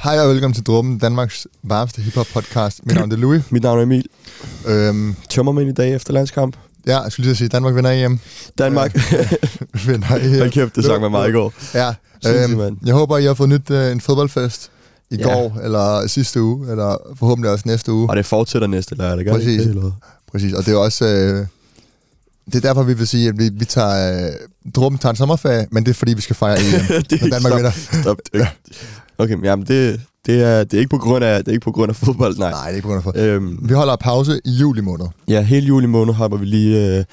Hej og velkommen til Dråben, Danmarks varmeste hiphop podcast. Mit navn er Louis. Mit navn er Emil. Tømmermænd i dag efter landskamp. Ja, jeg skulle lige sige, Danmark vinder EM. Danmark vinder EM. Hold kæft, det sang mig meget i går. Ja, jeg håber, I har fået nyt en fodboldfest i går, eller sidste uge, eller forhåbentlig også næste uge. Og det fortsætter næste lørdag, gør Præcis. det? Præcis, og det er også... det er derfor, vi vil sige, at vi tager... Dråben tager en sommerferie, men det er fordi, vi skal fejre EM. det Danmark vinder. Stop. Ja. Okay, men jamen det er ikke på grund af fodbold, nej. Nej, det er ikke på grund af fodbold. Vi holder pause i juli måned. Ja, hele juli måned holder vi lige...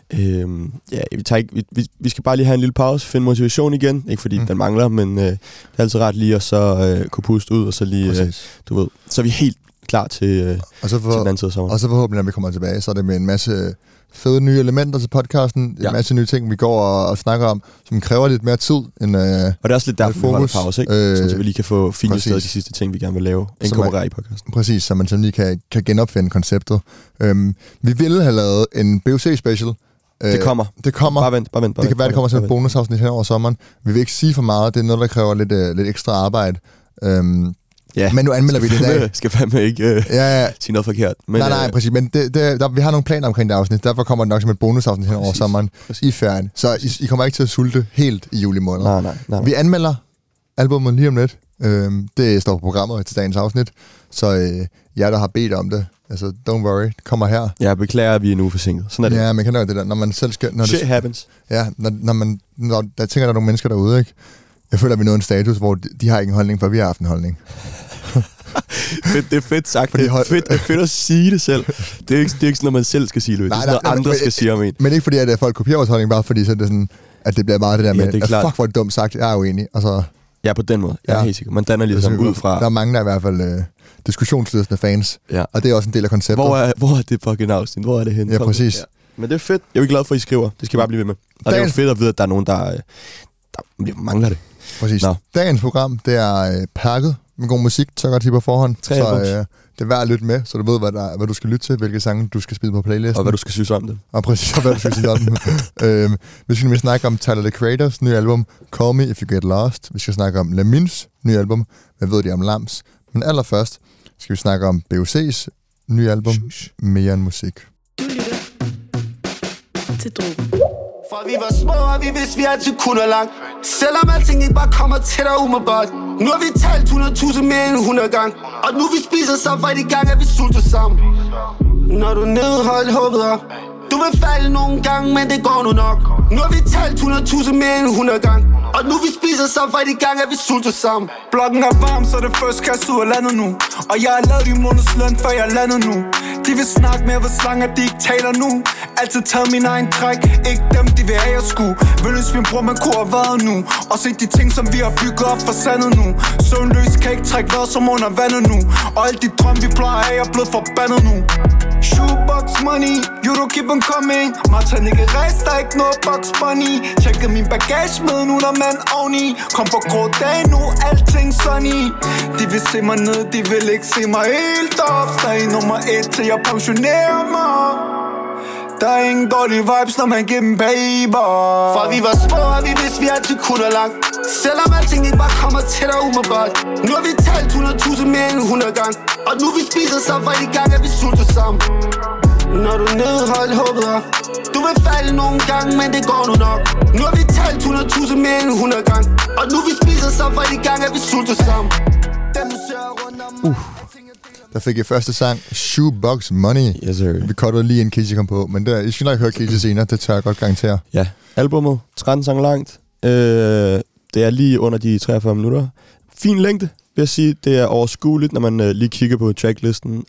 vi skal bare lige have en lille pause, finde motivation igen. Ikke fordi den mangler, men det er altid ret lige at så kunne puste ud, og så lige, du ved, så er vi helt klar til den anden side af sommeren. Og så forhåbentlig, når vi kommer tilbage, så er det med en masse fede nye elementer til podcasten, en masse nye ting, vi går og snakker om, som kræver lidt mere tid end og det er også lidt derfor, vi holder pause, ikke? Så vi lige kan få finjusteret de sidste ting, vi gerne vil lave, inkorporere i podcasten. Præcis, så man lige kan genopfinde konceptet. Vi ville have lavet en BOC-special. Det kommer. Bare vent. Det kan være, det kommer til et bonusafsnit hen over sommeren. Vi vil ikke sige for meget, det er noget, der kræver lidt ekstra arbejde. Ja, men nu anmelder vi det i dag. Skal fandme ikke sige noget forkert. Men, nej, præcis. Men vi har nogle planer omkring det afsnit. Derfor kommer det nok som et bonusafsnit hen over sommeren i ferien. Så I kommer ikke til at sulte helt i juli måned. Nej. Vi anmelder albumet lige om lidt. Det står på programmet til dagens afsnit. Så jer, der har bedt om det, altså don't worry, det kommer her. Jeg beklager, at vi er nu forsinket. Sådan er det. Ja, man kan nok det der, når man selv skal... Shit happens. Ja, når der tænker, der er nogle mennesker derude, ikke? Jeg føler, at vi nåede en status, hvor de har ikke en holdning, for vi har haft en holdning. Det er fedt sagt, det er fedt at sige det selv. Det er ikke sådan, at man selv skal sige det. Det er sådan noget, andre skal sige om en. Men ikke fordi, at folk kopierer vores holdning, bare fordi så er det sådan, at det bliver meget det der med, det at fuck, hvor er det dumt sagt, jeg er uenig. Altså, ja, på den måde. Jeg er helt sikker. Man danner ligesom ud fra... Der er mange, der er i hvert fald diskussionslystende fans, og det er også en del af konceptet. Hvor er det fucking afsnit? Hvor er det henne? Ja, præcis. Ja. Men det er fedt. Jeg er glad for, at I skriver. Det skal bare blive ved med. Og det er jo fedt at vide, at der er nogen, der mangler det. Præcis. Dagens program, det er pakket med god musik, så godt på forhånd. Så det er værd at lytte med, så du ved, hvad du skal lytte til, hvilke sange du skal spille på playlisten. Og hvad du skal synes om dem. Og præcis, hvad du skal synes om dem. Vi skal lige snakke om Tyler, The Creators nye album, Call Me If You Get Lost. Vi skal snakke om Lamins nye album, Hvad ved de om Lams? Men allerførst skal vi snakke om BOC's nye album, Mere End Musik. Du lytter til Dråben. For vi var små, og vi vidste, vi altid kunne langt. Selvom alting ikke bare kommer tættere umiddelbart. Nu har vi talt 100.000 mere end 100 gange. Og nu vi spiser så for de gange, at vi sulter sammen. Når du nedholdt håbet op. Du vil falde nogle gange, men det går nu nok. Nu har vi talt 100.000 mere end 100 gange. Og nu vi spiser så for de gange, at vi sulter sammen. Blokken er varm, så det først kasse ud af landet nu. Og jeg har lavet de måneders løn, før jeg er landet nu. De vil snakke med, hvor slanger de ikke taler nu. Altid taget min egen træk, ikke dem de vil have jeg skulle. Vil ønske min bror, man kunne have været nu. Og se de ting, som vi har bygget op for sandet nu. Søvnløs kan ikke trække vejret som under vandet nu. Og alle de drømme vi plejer af, er blevet forbandet nu. Shoebox money, you don't keep on coming. Martin ikke rejse, der er ikke noget box money. Tjekkede min bagage med nu, der mand oveni. Kom på grå dag nu, alting sunny. De vil se mig ned, de vil ikke se mig helt op. Stag nummer 1 til jeg pensionerer mig. Der er ingen dårlige vibes, når man giver dem paper. For vi var små, og vi vidste, vi altid kunne langt. Selvom alting ikke bare kommer tættere umiddelbart. Nu har vi talt 100.000 mere end 100 gange. Og nu vi spiser så for de gange, at vi sulter sammen. Når du nedholdt håbet op. Du vil falde nogle gange, men det går nu nok. Nu har vi talt 100.000 mere end 100 gange. Og nu vi spiser så for de gange, at vi sulter sammen. Den du ser rundt om Der fik jeg første sang, Shoebox Money. Yes, sir. Vi cuttede lige en Casey kom på, men I skal nok høre Casey senere, det tør jeg godt garantere. Ja, albumet, 13 sange langt. Det er lige under de 43 minutter. Fin længde, vil jeg sige. Det er overskueligt, når man lige kigger på tracklisten.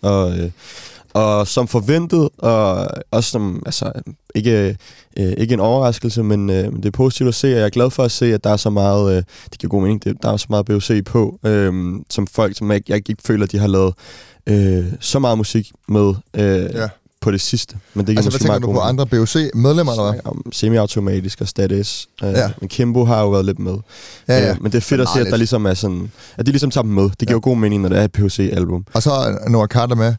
Og som forventet, og også som, altså, ikke en overraskelse, men det er positivt at se, og jeg er glad for at se, at der er så meget, det giver god mening, der er så meget BOC på, som folk, som jeg ikke føler, de har lavet så meget musik med på det sidste. Men det altså, hvad tænker du på andre BOC-medlemmer, eller hvad? Om Semi-Automatisk og Status. Men Kimbo har jo været lidt med. Men det er fedt at se, at der ligesom er sådan, at de ligesom tager dem med. Det giver god mening, når det er et BOC-album. Og så er Noah Carter med,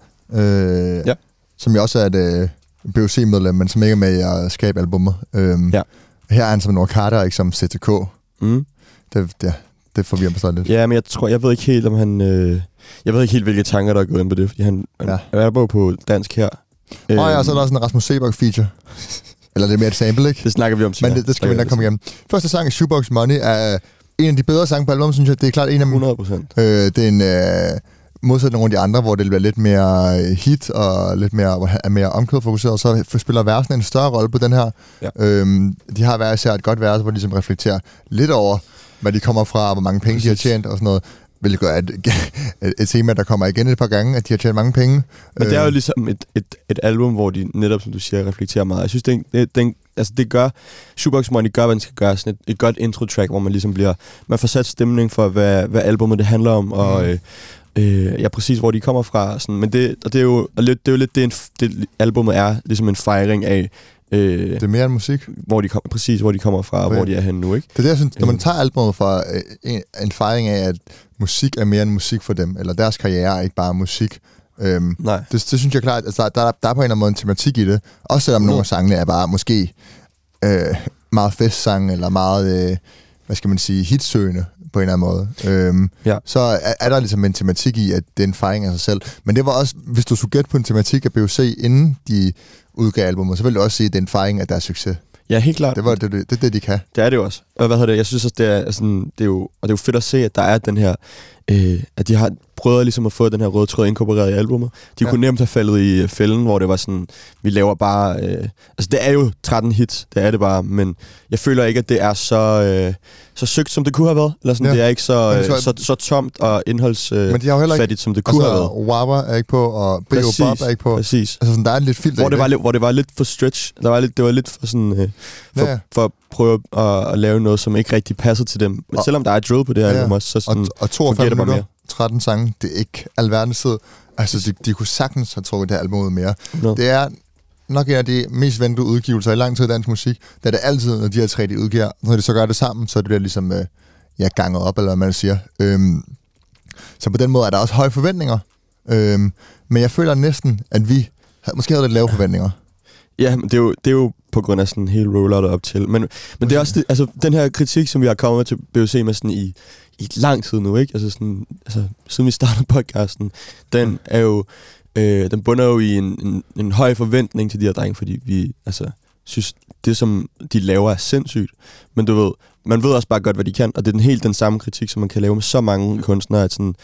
som jo også er et BOC-medlem, men som ikke er med i at skabe albumet. Her er han som Noah Carter, ikke som CTK. Det Det forvirrer mig sådan lidt. Ja, men jeg ved ikke helt, om han... jeg ved ikke helt, hvilke tanker, der er gået ind på det, fordi han er bare på dansk her. Ja, så er der også en Rasmus Sebak feature. Eller det er mere et sample, ikke? Det snakker vi om senere. Men det skal vi nok komme igennem. Første sang, Shoebox Money, er en af de bedre sange på albumet, synes jeg. Det er klart en af dem. 100%. Det er en modsætning nogle af de andre, hvor det bliver lidt mere hit og lidt mere omkvædfokuseret. Så spiller versen en større rolle på den her. Ja. De har hver især et godt vers, hvor de ligesom reflekterer lidt over, hvad de kommer fra, hvor mange penge de har tjent og sådan noget. Hvilket gør et tema, der kommer igen et par gange, at de har tjent mange penge. Men det er jo ligesom et album, hvor de netop, som du siger, reflekterer meget. Jeg synes, det gør... Shoebox Money gør, hvad den skal gøre. Sådan et godt intro-track, hvor man ligesom man får sat stemning for, hvad albumet det handler om, og præcis hvor de kommer fra. Sådan. Men det er jo lidt det albumet er, ligesom en fejring af... det er mere end musik. Hvor de kommer fra, og hvor de er henne nu, ikke? Det er det, jeg synes, når man tager albumet fra en fejring af, at musik er mere end musik for dem, eller deres karriere er ikke bare musik. Nej. Det synes jeg klart, altså, der er på en eller anden måde en tematik i det. Også selvom nogle af sangene er bare måske meget festsang, eller meget, hvad skal man sige, hitsøgende på en eller anden måde. Så er der ligesom en tematik i, at det er en fejring af sig selv. Men det var også, hvis du skulle gætte på en tematik af BOC, inden de udgav albumet, så vil du også sige, at det er en fejring af deres succes. Ja, helt klart. Det er det, de kan. Det er det jo også. Og jeg synes også, det er jo fedt at se, at der er den her, at de har prøvet ligesom at få den her røde tråd inkorporeret i albumet. De kunne nemt have faldet i fælden, hvor det var sådan, vi laver bare... altså, det er jo 13 hits, det er det bare, men jeg føler ikke, at det er så søgt, som det kunne have været. Eller sådan, det er ikke så tomt og indholdsfattigt, som det kunne have været. Wawa er ikke på, og B.O. Bob er ikke på. Præcis. Altså, sådan, der er lidt filter hvor det var lidt for stretch. Det var lidt for sådan... for at prøve at lave noget, som ikke rigtig passer til dem. Men selvom der er drill på det her album også, så sådan, og 42 minutter, 13 sange, det er ikke alverdens tid. Altså, de kunne sagtens have trukket det her album ud mere. No. Det er nok en af de mest ventede udgivelser i lang tid i dansk musik. Det er det altid, når de her tre, de udgiver. Når de så gør det sammen, så det bliver ligesom ganget op, eller hvad man siger. Så på den måde er der også høje forventninger. Men jeg føler næsten, at vi måske havde lidt lave forventninger. Ja, men det er jo på grund af sådan hele rolloutet op til. Men det er også det, altså den her kritik, som vi har kommet til BOC med sådan i lang tid nu, ikke? Altså sådan, siden vi startede podcasten, den er jo den bunder jo i en høj forventning til de her drenge, fordi vi synes det som de laver er sindssygt. Men du ved, man ved også bare godt hvad de kan, og det er den samme kritik, som man kan lave med så mange kunstnere, at sådan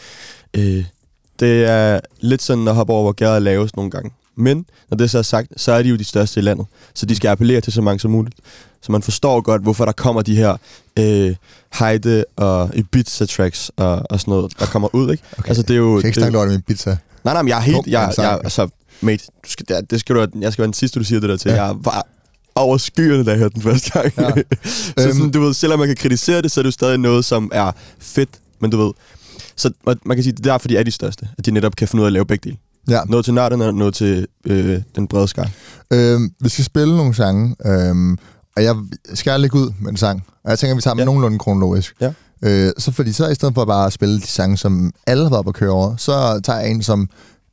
det er lidt sådan at hoppe over hvor gader laves nogle gange. Men når det så er sagt, så er de jo de største i landet. Så de skal appellere til så mange som muligt. Så man forstår godt, hvorfor der kommer de her Heide og Ibiza-tracks og sådan noget, der kommer ud, ikke? Okay. Altså, det er jo... Jeg skal ikke snakke om Ibiza. Nej, men jeg er helt... Altså, mate, jeg skal være den sidste, du siger det der til. Jeg var over skyerne, da jeg hørte den første gang. Ja. Så sådan, du ved, selvom man kan kritisere det, så er det jo stadig noget, som er fedt. Men du ved... Så man kan sige, det er derfor, de er de største. At de netop kan finde ud af at lave begge dele. Ja. Noget til nørden og noget til den brede skare. Vi skal spille nogle sange, og jeg skal lægge ud med en sang. Og jeg tænker, at vi tager dem nogenlunde kronologisk. Ja. Så i stedet for bare at spille de sange, som alle har været på køre over, så tager jeg en, som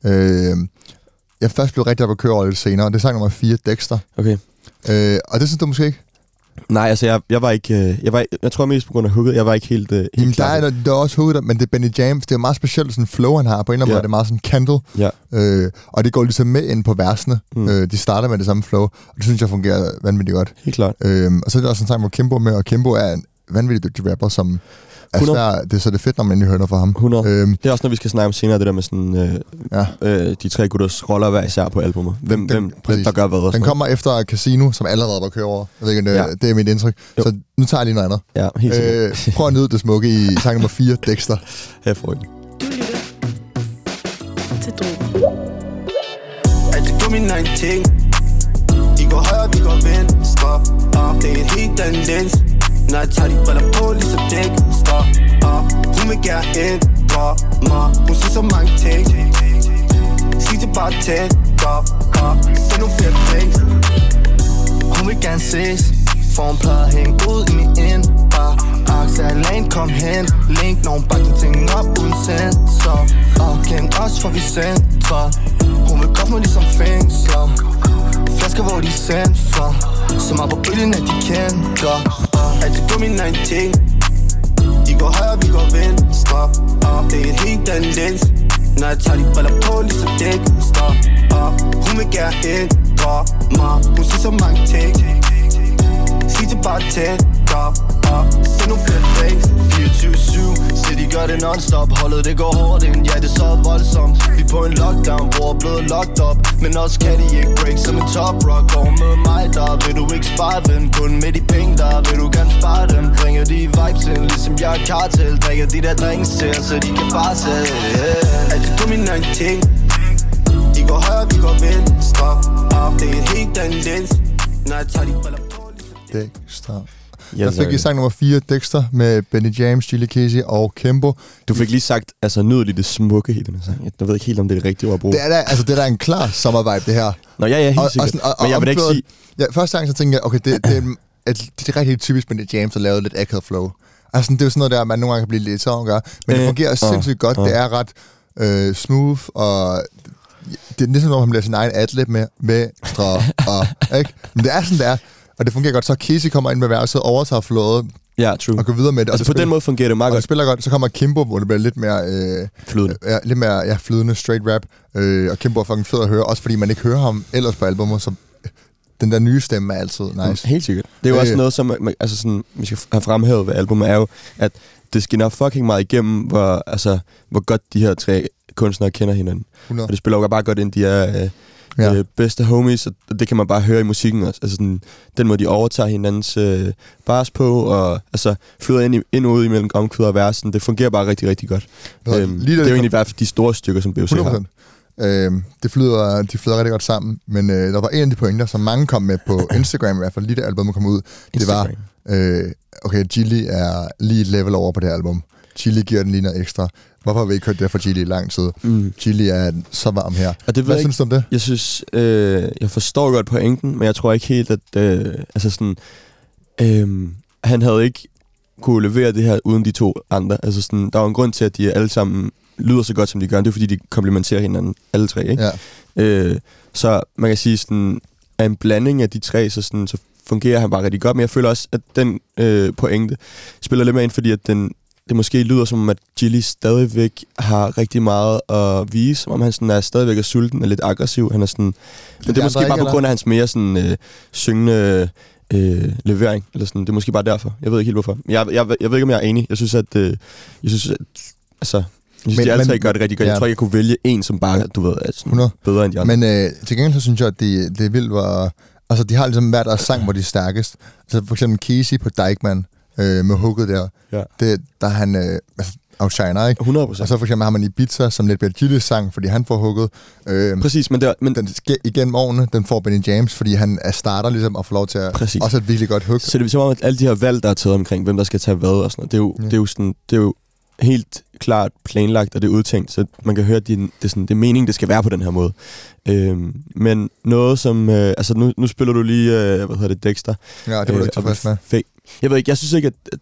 jeg først blev rigtig op at køre over lidt senere. Det er sang nummer 4, Dexter. Okay. Og det synes du måske ikke? Nej, altså jeg tror mest på grund af hooket. Jeg var ikke helt klar. Der er også hooket, men det er Benny James. Det er meget specielt sådan flow, han har. På en eller anden måde, det er meget sådan Kendall. Ja. Og det går ligesom med ind på versene. De starter med det samme flow, og det synes jeg fungerer vanvittigt godt. Helt klart. Og så er det også en sang, hvor Kimbo med, og Kimbo er en vanvittig dygtig rapper, som er svær. Det er så det fedt, når man endelig hører noget fra ham. 100. Det er også, når vi skal snakke om senere, det der med sådan, de tre gutters roller hver især på albumet. Hvem der gør hvad. Den kommer efter Casino, som allerede var kørt over. Jeg ved ikke, det er mit indtryk. Jo. Så nu tager jeg lige noget andet. Ja, helt sikkert. Prøv at nyde det smukke i sang nummer 4, Dexter. Her får I den. Du lytter til Drogen. Altid gummi 19. I går højre, vi går venstre. Det er helt den lens. Når jeg tager de briller på, ligesom Dexter. Hun vil gerne ændre mig. Hun siger så mange ting. Sig det bare tættere. Send nogle flere drinks. Hun vil gerne ses. For hun plejer at hænge ud i min indbar. Axel kom hen. Link nogle bakke ting op uden sensor. Kend os for vi centrer. Hun vil godt mig ligesom fængsler. Flasker hvor de sensor. Som er på bølgen af de kender. Altid gummi 19. I går går højere, vi går venstre. Det er et helt andet lens. Når jeg tager de briller på, ligesom dæk. Hun vil gerne ændre mig. Hun siger så mange ting. Sig til bare tænker. Send nogle flere days. 24/7, så de gør det non-stop. Holdet det går hårdt ind, ja det er så voldsomt. Vi er på en lockdown, bror blevet locked up. Men også kan de ikke break som en top rock. Går med mig der, vil du ikke spare den. Kun med de penge der, vil du gerne spare dem. Bringer de vibes ind, ligesom jeg er kartel. Drikker de der drinks til, så de kan bare tage. Altid på mine egne ting. De går højere, vi går venstre. Det er et helt andet lens. Når jeg tager de briller på. Dexter. Jeg fik lige sang nummer 4, Dexter, med Benny James, Chili Casey og Kempo. Du fik lige sagt, altså nyd lige det smukke i den her sang. Jeg ved ikke helt, om det er det rigtige ord at bruge. Det er da en klar sommervibe, det her. Nå ja, helt sikkert. Men jeg vil ikke sige... Ja, første gang så tænkte jeg, okay, det er rigtig typisk Benny James at lave lidt akavet flow. Altså, det er jo sådan noget der, man nogle gange kan blive lidt sådan gør. Men det fungerer sindssygt godt. Det er ret smooth, og det er næsten som om, han bliver sin egen adlib med strå og ikke? Men det er sådan, det er. Og det fungerer godt. Så Casey kommer ind med verset, overtager flowet, ja, true. Og går videre med det. Altså på den måde fungerer det meget godt. Og det spiller godt. Så kommer Kimbo, hvor det bliver lidt mere... flydende. Lidt mere flydende, straight rap. Og Kimbo er fucking fed at høre, også fordi man ikke hører ham ellers på albumet, så den der nye stemme er altid nice. Helt sikkert. Det er jo også noget, som altså sådan, vi skal have fremhævet ved albumet, er jo, at det skinner fucking meget igennem, hvor godt de her tre kunstnere kender hinanden. 100. Og det spiller jo bare godt ind, de er... bedste homies, og det kan man bare høre i musikken også. Altså sådan, den måde, de overtager hinandens bars på, og altså flyder ind og ud imellem omkvæd og versen. Det fungerer bare rigtig, rigtig godt. Det er jo egentlig i hvert fald de store stykker, som BOC har. De flyder rigtig godt sammen, men der var en af de pointer, som mange kom med på Instagram, i hvert fald lige da albumet kom ud. Instagram. Det var, okay, Chili er lige et level over på det her album. Chili giver den lige noget ekstra. Hvorfor har vi ikke hørt det fra Chili i lang tid? Chili er så varm her. Og det hvad synes du om det? Jeg synes, jeg forstår godt pointen, men jeg tror ikke helt, at han havde ikke kunne levere det her uden de to andre. Altså sådan, der var en grund til, at de alle sammen lyder så godt, som de gør. Det er fordi, de komplementerer hinanden, alle tre, ikke? Ja. Så man kan sige, sådan, at en blanding af de tre, så fungerer han bare rigtig godt. Men jeg føler også, at den pointe spiller lidt mere ind, fordi at det måske lyder som om, at Chili stadigvæk har rigtig meget at vise, som om han sådan er stadigvæk er sulten og lidt aggressiv. Han er sådan, men det er måske bare på grund af hans mere sådan, syngende levering. Eller sådan. Det er måske bare derfor. Jeg ved ikke helt hvorfor. Jeg ved ikke, om jeg er enig. Jeg synes, at de alle tre gør det rigtig godt. Jeg tror ikke, jeg kunne vælge en, som bare, du ved, er sådan bedre end de andre. Men til gengæld så synes jeg, at det er vildt, hvor... Altså, de har ligesom hver deres sang, hvor de er stærkest. Altså, for eksempel Casey på Deichmann, med hooket der. Ja. Det, der han outshiner, ikke? 100%. Og så for eksempel har man Ibiza, som lidt bliver Chili's sang, fordi han får hooket. Præcis, men den sker igennem årene, den får Benny James, fordi han starter ligesom og får lov til at også et virkelig godt hook. Så det er som om, at alle de her valg, der er taget omkring, hvem der skal tage hvad og sådan noget, det er jo helt klart planlagt, og det er udtænkt, så man kan høre, at det er meningen, det skal være på den her måde. Men noget som... nu spiller du lige, Dexter. Ja, det var du ikke tilfreds med. Jeg ved ikke, jeg synes ikke, at...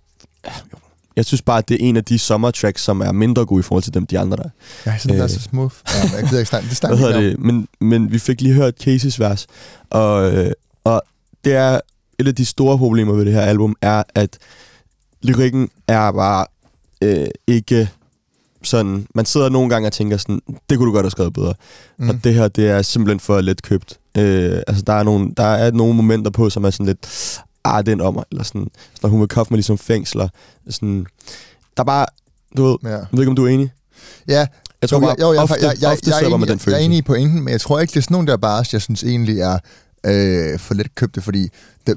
Jeg synes bare, at det er en af de sommertracks, som er mindre gode i forhold til dem, de andre der. Ja, sådan det er så smooth. Ja, jeg gider ikke snakke. Men vi fik lige hørt Caseys vers, og det er et af de store problemer ved det her album, er, at lyrikken er bare ikke sådan... Man sidder nogle gange og tænker sådan, det kunne du godt have skrevet bedre. Og det her, det er simpelthen for let købt. Der er nogle momenter på, som er sådan lidt... den om mig, eller sådan, når hun vil koffe mig ligesom fængsler. Sådan, der er bare, du ved, jeg ved ikke, om du er enig? Ja, jeg tror bare, jeg er enig i pointen, men jeg tror ikke, det er sådan nogle der bars, jeg synes egentlig er for let købte, fordi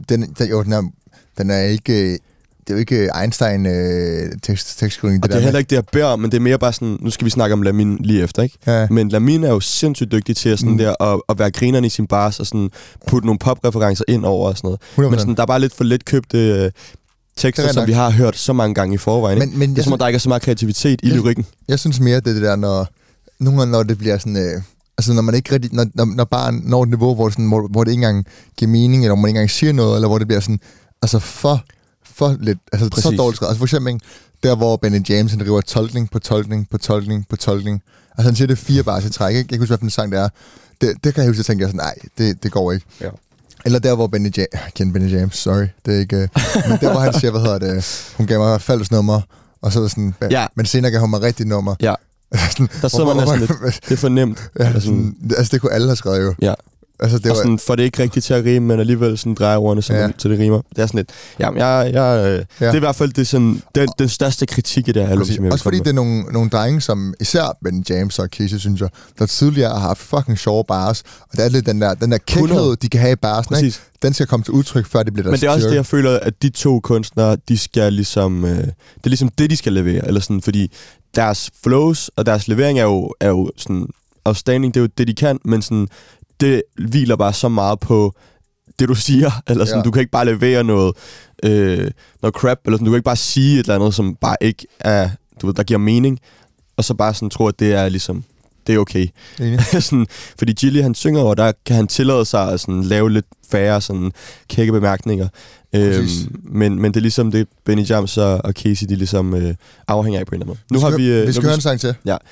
den er ikke... Det er jo ikke Einstein-tekstskrivning. Det er heller ikke det, jeg beder, men det er mere bare sådan, nu skal vi snakke om Lamin lige efter, ikke? Ja. Men Lamin er jo sindssygt dygtig til sådan der, at være grineren i sin bars, og sådan putte nogle pop-referencer ind over og sådan noget. 100%. Men sådan, der er bare lidt for let købte tekster, som vi har hørt så mange gange i forvejen. Men det er som om, der ikke er så meget kreativitet i lyrikken. Jeg synes mere, det der, når det bliver sådan... altså når man ikke rigtig... Når bare når et niveau, hvor det ikke engang giver mening, eller hvor man ikke engang siger noget, eller hvor det bliver sådan... Altså for lidt, altså præcis. Så dårligt skrevet. Altså for eksempel der, hvor Benny James han driver tolkning på tolkning. Altså han siger det 4 bars i træk, ikke? Jeg kan huske, hvad for en sang det er. Det kan jeg huske, at tænke, nej, det går ikke. Ja. Eller der, hvor Benny James, sorry, det er ikke... men der, hvor han siger, hun gav mig faldsnummer, og så er det sådan... Ja. Men senere gav hun mig rigtigt nummer. Ja. Der sidder man næsten lidt... Det er for nemt. Ja, sådan, det kunne alle have skrevet jo. Ja. Altså, det og sådan, for det ikke rigtigt til at rime, men alligevel sådan drejer ordene, så det rimer. Det er sådan lidt... Jamen, det er i hvert fald det sådan, den største kritik i det her album, som jeg også fordi det er nogle drenge, som især Ben James og Casey, synes jeg, der tidligere har haft fucking sjove bars, og der er lidt den der kækhed, de kan have i barsen, ikke? Den skal komme til udtryk, før det bliver deres. Men det er også det, jeg føler, at de to kunstnere, de skal ligesom... det er ligesom det, de skal levere, eller sådan, fordi deres flows og deres levering er jo sådan outstanding, det er jo det, de kan, men sådan... Det hviler bare så meget på det, du siger. Eller sådan, du kan ikke bare levere noget crap, eller sådan, du kan ikke bare sige et eller andet, som bare ikke er, du ved, der giver mening, og så bare sådan tro, at det er ligesom, det er okay. Sådan, fordi Gilly, han synger, og der kan han tillade sig at sådan, lave lidt færre sådan kække bemærkninger. Men det er ligesom det, Benny James og Casey, de ligesom afhænger af på en eller anden måde. Vi skal høre en sang til. Ja.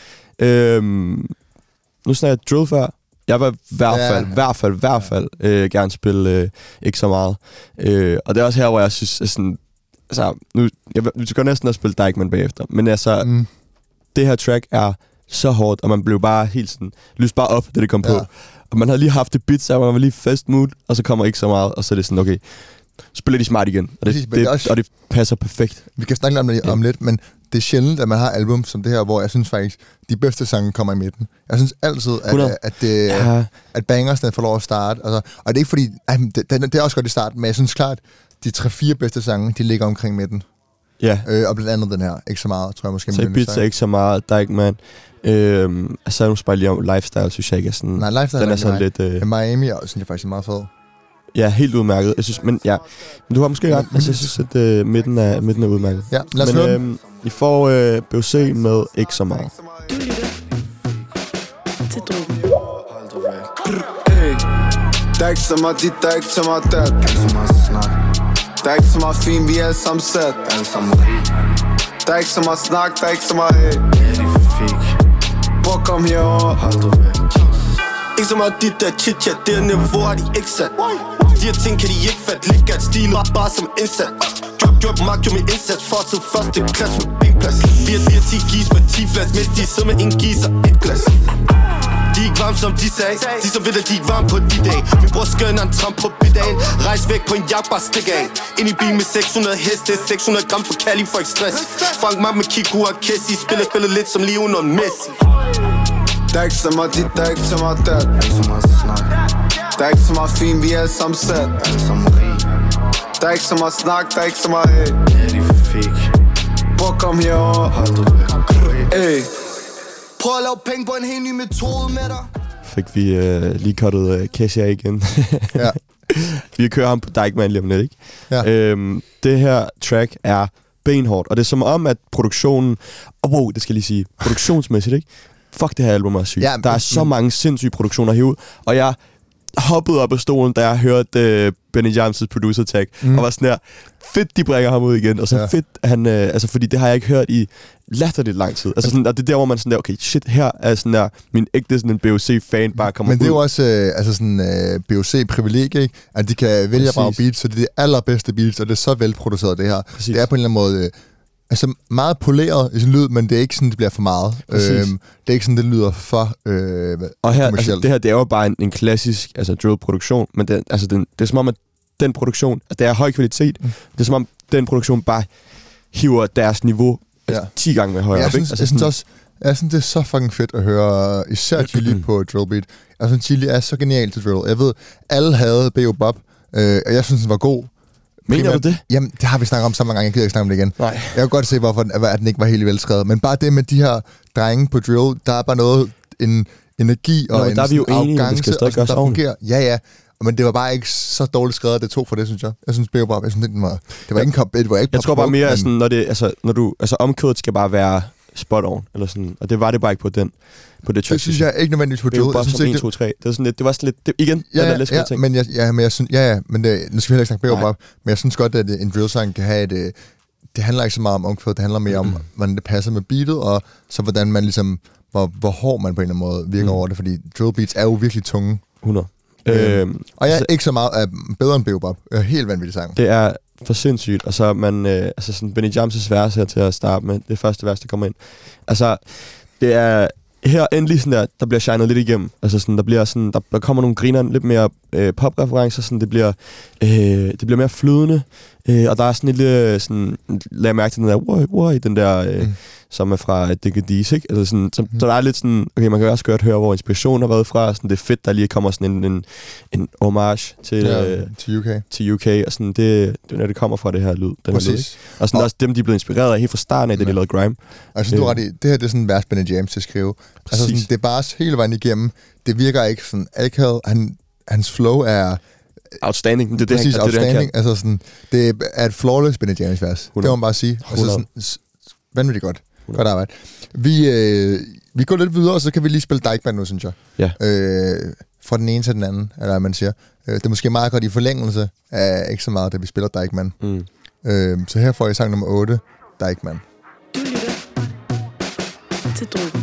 Nu snakker jeg drill før. Jeg vil i hvert fald gerne spille ikke så meget. Og det er også her, hvor jeg synes, at sådan, altså, vi skal næsten have spille Dykeman bagefter, men altså, det her track er så hårdt, og man blev bare helt sådan, lyst bare op, da det kom på. Og man havde lige haft det beat, så man var lige fest mood, og så kommer ikke så meget, og så er det sådan, okay, spiller de smart igen. Og det passer perfekt. Vi kan snakke om lidt, men det er sjældent, at man har album som det her, hvor jeg synes faktisk, de bedste sange kommer i midten. Jeg synes altid, at bangersne får lov at starte. Altså, og det er ikke fordi, det er også godt i starten, men jeg synes klart, de 3-4 bedste sange, de ligger omkring midten. Ja. Og blandt andet den her, ikke så meget, tror jeg måske. Så Beats er ikke så meget, Dykeman. Altså nu spørger lige om Lifestyle, synes jeg ikke er sådan... Nej, Lifestyle den er sådan lidt... Miami også, synes jeg faktisk er meget fed. Ja, helt udmærket. Jeg synes, men du har måske ret. Altså, jeg synes, at midten er udmærket. Ja, lad os høre I får BOC med ikke så meget. Du lytter til Drogen. Der er ikke så meget dit, der er ikke så meget der. Der er ikke så meget snak. Der er ikke så meget fin, vi er alle sammen sat. Alle sammen rig. Der er ikke så meget snak, der er ikke så meget hey. Ja, det er fik. Hvor kom herover? Hold du væk. Ikke så meget dit der chit-chat, det er niveau, har de ikke sat. De her ting kan de ikke fatte, ligger et stil bare som indsat. Drop mark, jo min indsats, fortsæt første klasse med benplads. Vi har 10 gis med 10 flas, mens de sidder med en gis og et glas. De er ikke varme som de sagde, de som ved at de er ikke varme på de dag. Min bror skønner en tramp på bidagen, rejs væk på en jagt, bare stik af. Ind i bil med 600 heste, 600 gram for Cali for ikke stress. Frank Mark med Kiko og Kessie, spiller lidt som Lionel Messi. Der er ikke så meget dit, der er ikke så meget der. Der er ikke så meget snak. Der er ikke så meget fin, vi er alle sammen sat. Alle sammen rig. Der er ikke så meget snak, der er ikke så meget hey. Ja, de fik. Hvor kom herover? Hold du væk. Hey. Prøv at lave penge på en helt ny metode med dig. Fik vi lige cuttet Kessia igen. Ja. Vi kører ham på Dykeman lige om lidt, ikke? Ja. Det her track er benhårdt, og det er som om, at produktionen... wow, det skal jeg lige sige. Produktionsmæssigt, ikke? Fuck, det her album er sygt. Ja, der er så mange sindssyge produktioner herude, og jeg hoppede op af stolen, da jeg hørte Benny James' producer tag, og var sådan her, fedt, de bringer ham ud igen, og så fedt, han, altså fordi det har jeg ikke hørt i latterligt lang tid. Altså sådan, og det er der, hvor man sådan der, okay, shit, her er sådan der, min ægte sådan en BOC-fan bare kommer ud. Men det er jo også altså sådan BOC-privilegie, ikke? At de kan vælge bare beats, så det er det allerbedste beats, og det er så velproduceret, det her. Præcis. Det er på en eller anden måde... altså meget poleret i sin lyd, men det er ikke sådan, det bliver for meget. Det er ikke sådan, det lyder for og her, altså, det her, det er jo bare en klassisk altså drill-produktion, men det er som om, at den produktion, altså, det er høj kvalitet. Det er som om, den produktion bare hiver deres niveau 10 gange med højere. Jeg synes, det er så fucking fedt at høre, især Chili på drillbeat. Jeg synes, Chili er så genial til drill. Jeg ved, alle havde B.O. Bob, og jeg synes, den var god. Mener du det? Jamen, det har vi snakket om så mange gange, jeg gider ikke snakke om det igen. Nej. Jeg kan godt se, hvorfor den ikke var helt velskrevet. Men bare det med de her drenge på drill, der er bare noget, en energi og en arrogance, der fungerer. Ja. Men det var bare ikke så dårligt skrevet, det tog for det, synes jeg. Jeg synes, det var ikke jeg tror bare mere, sådan, når det, altså, omkødet skal bare være spot on, eller sådan, og det var det bare ikke på det track. Det synes jeg ikke nødvendigvis på drill. Det var bare som 1, 2, 3. Det var sådan lidt, det var sådan lidt, det, igen, men jeg synes, men det, nu skal vi heller ikke snakke mere om, men jeg synes godt, at en drill-sang kan have et, det handler ikke så meget om omkvædet, det handler mere om, hvordan det passer med beatet, og så hvordan man ligesom, hvor hård man på en eller anden måde virker over det, fordi drill beats er jo virkelig tunge. 100. Og jeg er ikke så meget bedre end Beobab. Helt vanvittig sang. Det er for sindssygt. Og så man, altså sådan Benny Jams' vers her til at starte med, det første vers, der kommer ind. Altså, det er her endelig sådan der bliver shined lidt igennem. Altså sådan, der bliver sådan, der kommer nogle griner, lidt mere pop-referencer, sådan det bliver mere flydende. Og der er sådan lidt sådan, lad mærke til den der den der som er fra Diggadis, ikke? Altså sådan, så der er lidt sådan, okay, man kan også godt høre, hvor inspirationen har været fra. Sådan, det er fedt, der lige kommer sådan en homage til UK, og sådan, det når det kommer fra det her lyd. Den Præcis. Her lyd, og sådan også dem, de er blevet inspireret af helt fra starten af, da de lavede grime. Altså, du ret i, det her det er sådan en vers Benny James til at skrive. Altså, sådan, det er bare hele vejen igennem. Det virker ikke sådan akavet. Hans flow er outstanding. Det er præcis, det, outstanding. Altså sådan, det er et flawless Benny James vers. 100. Det må man bare sige. Altså sådan, vanvittigt godt. 100. Godt arbejde. Vi går lidt videre, og så kan vi lige spille Deichmann nu, synes jeg. Ja. Fra den ene til den anden, eller hvad man siger. Det er måske meget godt i forlængelse af ikke så meget, da vi spiller Deichmann. Så her får I sang nummer 8, Deichmann. Du lytter til Drogen.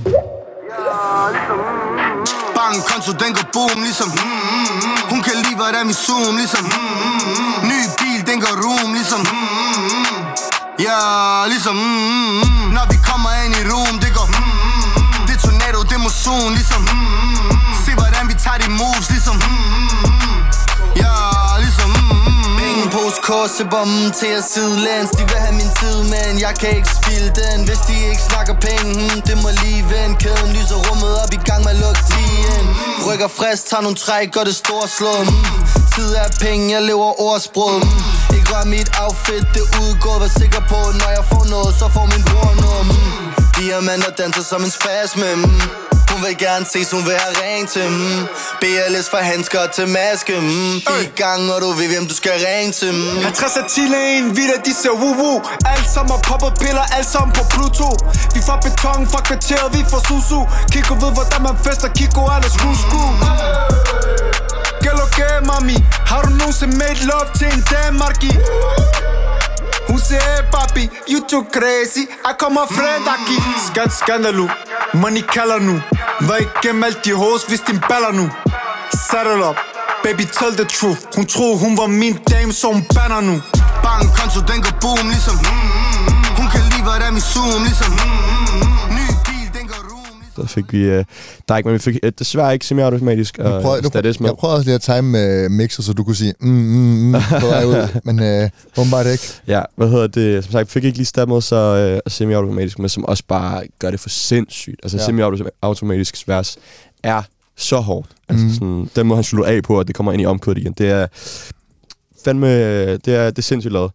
Bankkonto, den går boom, ligesom hun kan lide, hvad der er min zoom, ligesom ny bil, den går room, ligesom ja, ligesom når vi kommer ind i room, det går det tornado, det monsun, ligesom se, hvordan vi tager de moves, ligesom ja, ligesom pengepose, korsebom til at sidelands. De vil have min tid, men jeg kan ikke spilde den. Hvis de ikke snakker penge, det må lige vende. Kæden lyser rummet op, i gang med at lukke tiden. Rykker frisk, tager nogle træk, gør det storslå. Tid er penge, jeg lever ordsprog. Ikke rør mit outfit, det udgår. Vær sikker på, når jeg får noget, så får min bror noget. Diamanter danser som en spasme. Hun vil gerne ses, hun vil have ring til BLS fra handsker til maske Vi er i gang, og du ved, hvem du skal ringe til 50 er til en videre, de ser woo-woo. Alt sammen har poppet piller, alt sammen på Pluto. Vi får beton fra kvarteret, vi får susu. Kiko ved, hvordan man fester, Kiko er der skru. Girl, okay, mami. Har du nogensinde made love til en Danmarki? Hun siger, hey papi, you too crazy. Jeg kommer fredag. Skandalu, money kalder nu. Var igennem alt de hos, hvis din baller nu. Saddle up, baby tell the truth. Hun troede hun var min dame, så hun banner nu. Bankkonto, den går boom, ligesom hun kan lide, hvad der er min zoom, ligesom ny bil, den går room. Så fik vi Deichmann, vi fik desværre ikke semi-automatisk status med. Jeg prøvede også lige at time mixer, så du kunne sige på vej ud, men åbenbart ikke. Ja, som sagt, fik ikke lige stammet så semi-automatisk med, som også bare gør det for sindssygt. Altså semi-automatisk vers er så hårdt. Altså sådan, den må han slutte af på, at det kommer ind i omkødet igen. Det er fandme, det er sindssygt lavet.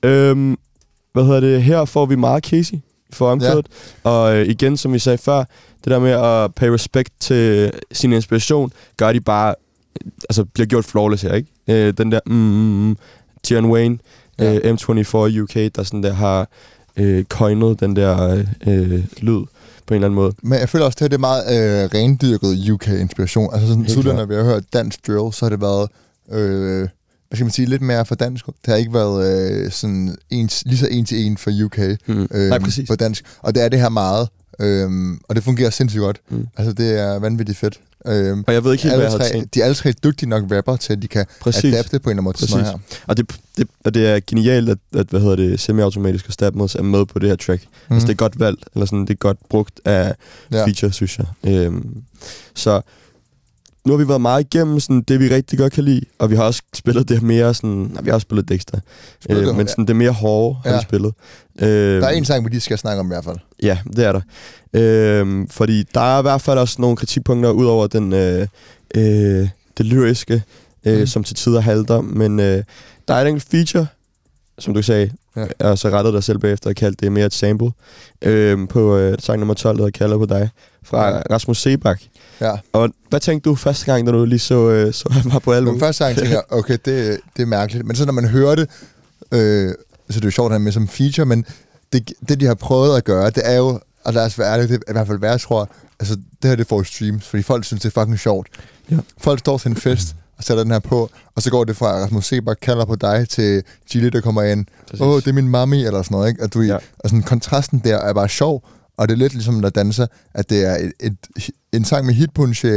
Her får vi meget Casey for omkødet. Ja. Og igen, som vi sagde før, det der med at pay respect til sin inspiration, gør de bare, altså bliver gjort flawless her, ikke? Den der Tion Wayne, M24 UK, der sådan der har coined den der lyd på en eller anden måde. Men jeg føler også, at det er meget rendyrket UK-inspiration. Altså sådan tidligere, når vi har hørt dansk drill, så har det været hvad skal man sige, lidt mere for dansk. Det har ikke været sådan lige så en til en for UK Nej, præcis. på dansk. Og det er det her meget. Og det fungerer sindssygt godt. Altså det er vanvittigt fedt. Og jeg ved ikke helt, hvad jeg havde tænkt. De er alle tre dygtige nok rapper til, at de kan adapte på en eller anden måde til sådan her. Og det er genialt, at semi-automatisk og Stabmods er med på det her track. Altså det er godt valgt, eller sådan, det er godt brugt af feature, synes jeg. Så nu har vi været meget igennem sådan, det, vi rigtig godt kan lide, og vi har også spillet det mere sådan... vi har også spillet Dexter, men sådan, det mere hårde har vi spillet. Der er en sang, vi lige skal snakke om i hvert fald. Ja, det er der. Fordi der er i hvert fald også nogle kritikpunkter, ud over den, det lyriske, som til tider halter, men der er et enkelt feature, som du sagde, og så rettede dig selv bagefter og kaldte det mere et sample, på sang nummer 12, der kalder på dig, fra Rasmus Sebak. Ja. Og hvad tænkte du første gang, da du lige så han var på album? Første gang tænkte jeg, okay, det er mærkeligt. Men så når man hører det, så det er jo sjovt, at han er med som feature, men det de har prøvet at gøre, det er jo, og lad os være ærlige, det er i hvert fald hvad jeg tror, altså det her det får streams, fordi folk synes, det er fucking sjovt. Ja. Folk står til en fest, og sætter den her på, og så går det fra Rasmus Sebak kalder på dig, til Gilly, der kommer ind, det er min mami, eller sådan noget, ikke? At og sådan, kontrasten der er bare sjov, og det er lidt ligesom, der danser, at det er en sang med hitpotentiale,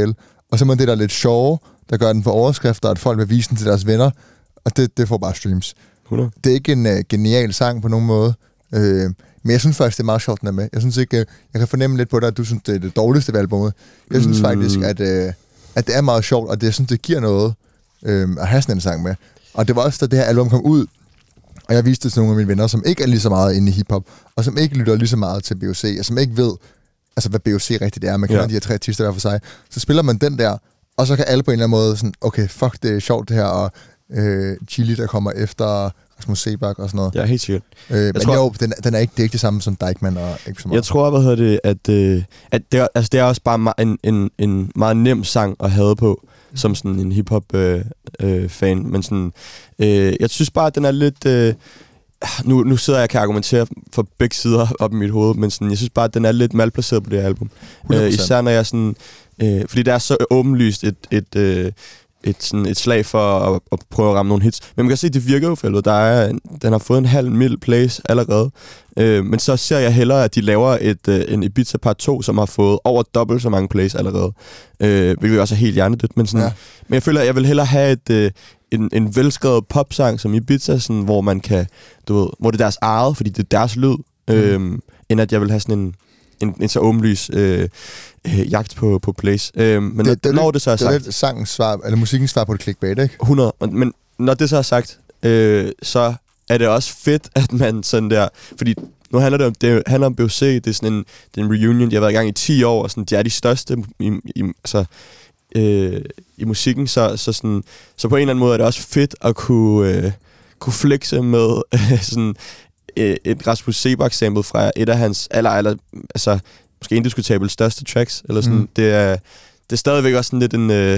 og så må det der lidt sjove, der gør den for overskrifter, at folk vil vise den til deres venner, og det får bare streams. 100. Det er ikke en genial sang på nogen måde, men jeg synes faktisk, det er meget sjovt, den er med. Jeg synes ikke, jeg kan fornemme lidt på dig, at du synes, det er det dårligste ved albumet. Jeg synes faktisk, at det er meget sjovt, og jeg synes, det giver noget at have sådan en sang med. Og det var også, da det her album kom ud, og jeg viste det til nogle af mine venner, som ikke er lige så meget inde i hiphop, og som ikke lytter lige så meget til BOC, og som ikke ved, altså hvad BOC rigtigt er. Man kender de her 3 artister hver for sig. Så spiller man den der, og så kan alle på en eller anden måde sådan, okay, fuck, det er sjovt det her, og Chili, der kommer efter Rasmus Sebak og sådan noget. Ja, helt sikkert. Men jo, den er ikke det samme som Deichmann og ikke så meget. Jeg tror, at det er også bare en meget nem sang at have på, som sådan en hiphop fan, men sådan jeg synes bare, at den er lidt nu sidder jeg og kan argumentere for begge sider op i mit hoved, men sådan, jeg synes bare, at den er lidt malplaceret på det her album. Især når jeg sådan fordi det er så åbenlyst et slag for at prøve at ramme nogle hits. Men man kan se, at det virker jo for helvede. Den har fået en halv mild place allerede. Men så ser jeg hellere, at de laver en Ibiza Part 2, som har fået over dobbelt så mange plays allerede. Hvilket også er helt hjernedødt. Men men jeg føler, at jeg vil hellere have en velskrevet popsang som Ibiza, sådan, hvor man kan, hvor det er deres eget, fordi det er deres lyd, end at jeg vil have sådan en så åbenlys jagt på plays. Men når det så er sagt... Det er sangens svar, eller musikkens svar på det clickbait, ikke? 100. Men når det så er sagt, så er det også fedt, at man sådan der... Fordi nu handler det handler om BOC, det er sådan en reunion, de har været i gang i 10 år, og sådan, de er de største i musikken, så på en eller anden måde er det også fedt at kunne flexe med sådan et Rasmus Sebak sample fra et af hans altså måske indiskutabelt største tracks, eller sådan. Det er stadigvæk også sådan lidt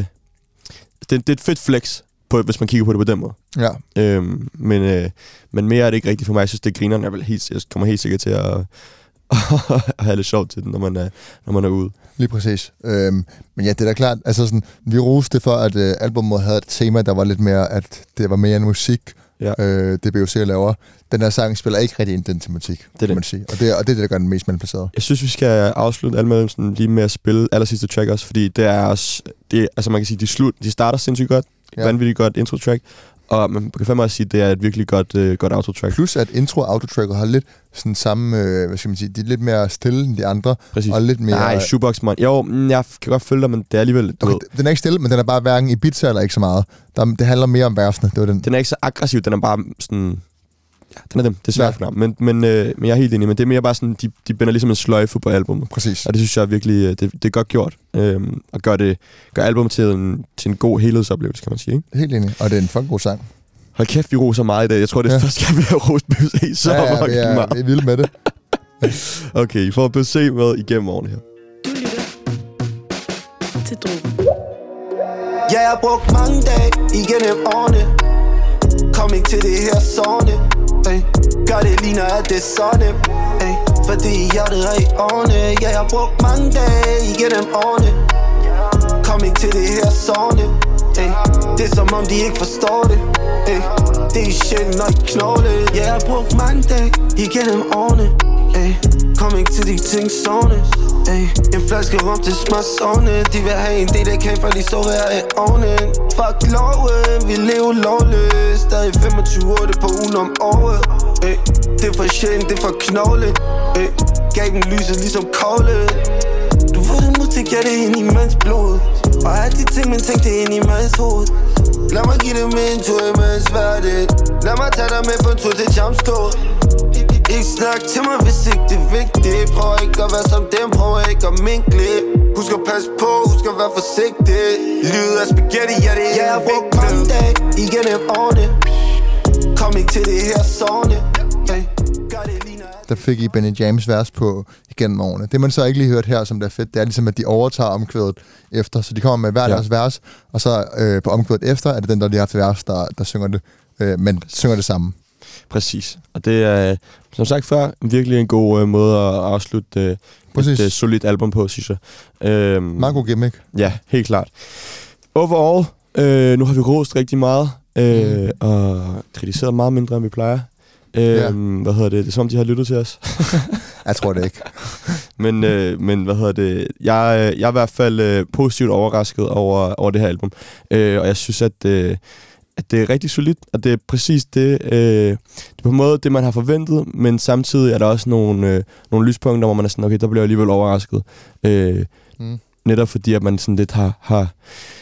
det er et fedt flex på, hvis man kigger på det på den måde. Ja. Men mere er det ikke rigtigt for mig. Jeg synes, det er grineren. Jeg kommer helt sikkert til at have lidt sjovt til den, når man er ude. Lige præcis. Men ja, det er da klart. Altså sådan, vi roste for, at albumet havde et tema, der var lidt mere, at det var mere en musik, det BOC laver. Den her sang spiller ikke rigtig ind den tematik, kan man sige. Og det er det, der gør den mest malplaceret. Jeg synes, vi skal afslutte albumet lige med at spille allersidste track også, fordi det er også... altså man kan sige, de starter sindssygt godt. Vanvittigt godt intro-track. Og man kan fandme også sige, at det er et virkelig godt outro-track. Plus at intro- og outro-tracket har lidt sådan samme, hvad skal man sige, de er lidt mere stille end de andre. Præcis. Og lidt mere... Nej, Shoebox Man. Jo, jeg kan godt følge dig, men det er alligevel... Den er ikke stille, men den er bare hverken i Ibiza eller ikke så meget. Det handler mere om versene. Det var den. Den er ikke så aggressiv, den er bare sådan... Ja, den er dem. Det er svært for dem. Men jeg er helt enig. Men det er mere bare sådan, de binder ligesom en sløjfe på albumet. Præcis. Og det synes jeg virkelig, det er godt gjort. Og gør albumet til en god helhedsoplevelse, kan man sige. Ikke? Helt enig. Og det er en fucking god sang. Hold kæft, vi roser meget i dag. Jeg tror, det er første gang, vi har rost BOC så meget. Vi er vilde med det. Okay, I får BOC med igennem årene her. Du lytter til Drogen. Ja, jeg har brugt mange dage igennem årene. Kom ikke til det her sårne. Gør det lige når det er så nemt. Fordi hjertet er i årene. Ja, jeg har brugt mange dage igennem årene. Kom ikke til det her sårne. Det er som om de ikke forstår det. Det er sjældent når I knogler. Ja, jeg har brugt mange dage igennem årene. Kom ikke til de ting sårne. En flaske rum til smagsårne. De vil have en del af kagen, for de så her i ovnen. Fuck loven, vi lever lovløst. Stadig 25-8 på ugen om året. Det er for sjældent, det er for knogle. Gav dem lyset ligesom kogle. Du ved det nu til at det ind i mands blod. Og alt de ting, man tænkte ind i mands hoved. Lad mig give dem en tur i mands hverdag. Lad mig tage dig med på en tur til Jamskår. Ikke snak til mig, hvis ikke det er vigtigt. Prøv ikke at være som dem, prøv ikke at minkle. Husk at passe på, husk at være forsigtig. Livet er spaghetti, ja det er jeg har brugt mange dage igennem årene. Kom ikke til det her sårne. Der fik I Benny James vers på igennem årene. Det man så ikke lige hørt her, som det er fedt, det er ligesom, at de overtager omkvædet efter. Så de kommer med hver deres vers, og så på omkvædet efter, er det den, der lige har til vers, der synger det, men synger det samme. Præcis. Og det er, som sagt før, virkelig en god måde at afslutte et solidt album på, synes jeg. Meget god gimmick. Ja, helt klart. Overall, nu har vi rost rigtig meget, og kritiseret meget mindre, end vi plejer. Hvad hedder det? Det er som om, de har lyttet til os. Jeg tror det ikke. men hvad hedder det? Jeg er i hvert fald positivt overrasket over det her album. Og jeg synes, at det er rigtig solidt, og det er præcis det. Det er på en måde det, man har forventet, men samtidig er der også nogle lyspunkter, hvor man er sådan, okay, der bliver jeg alligevel overrasket. Netop fordi, at man sådan lidt har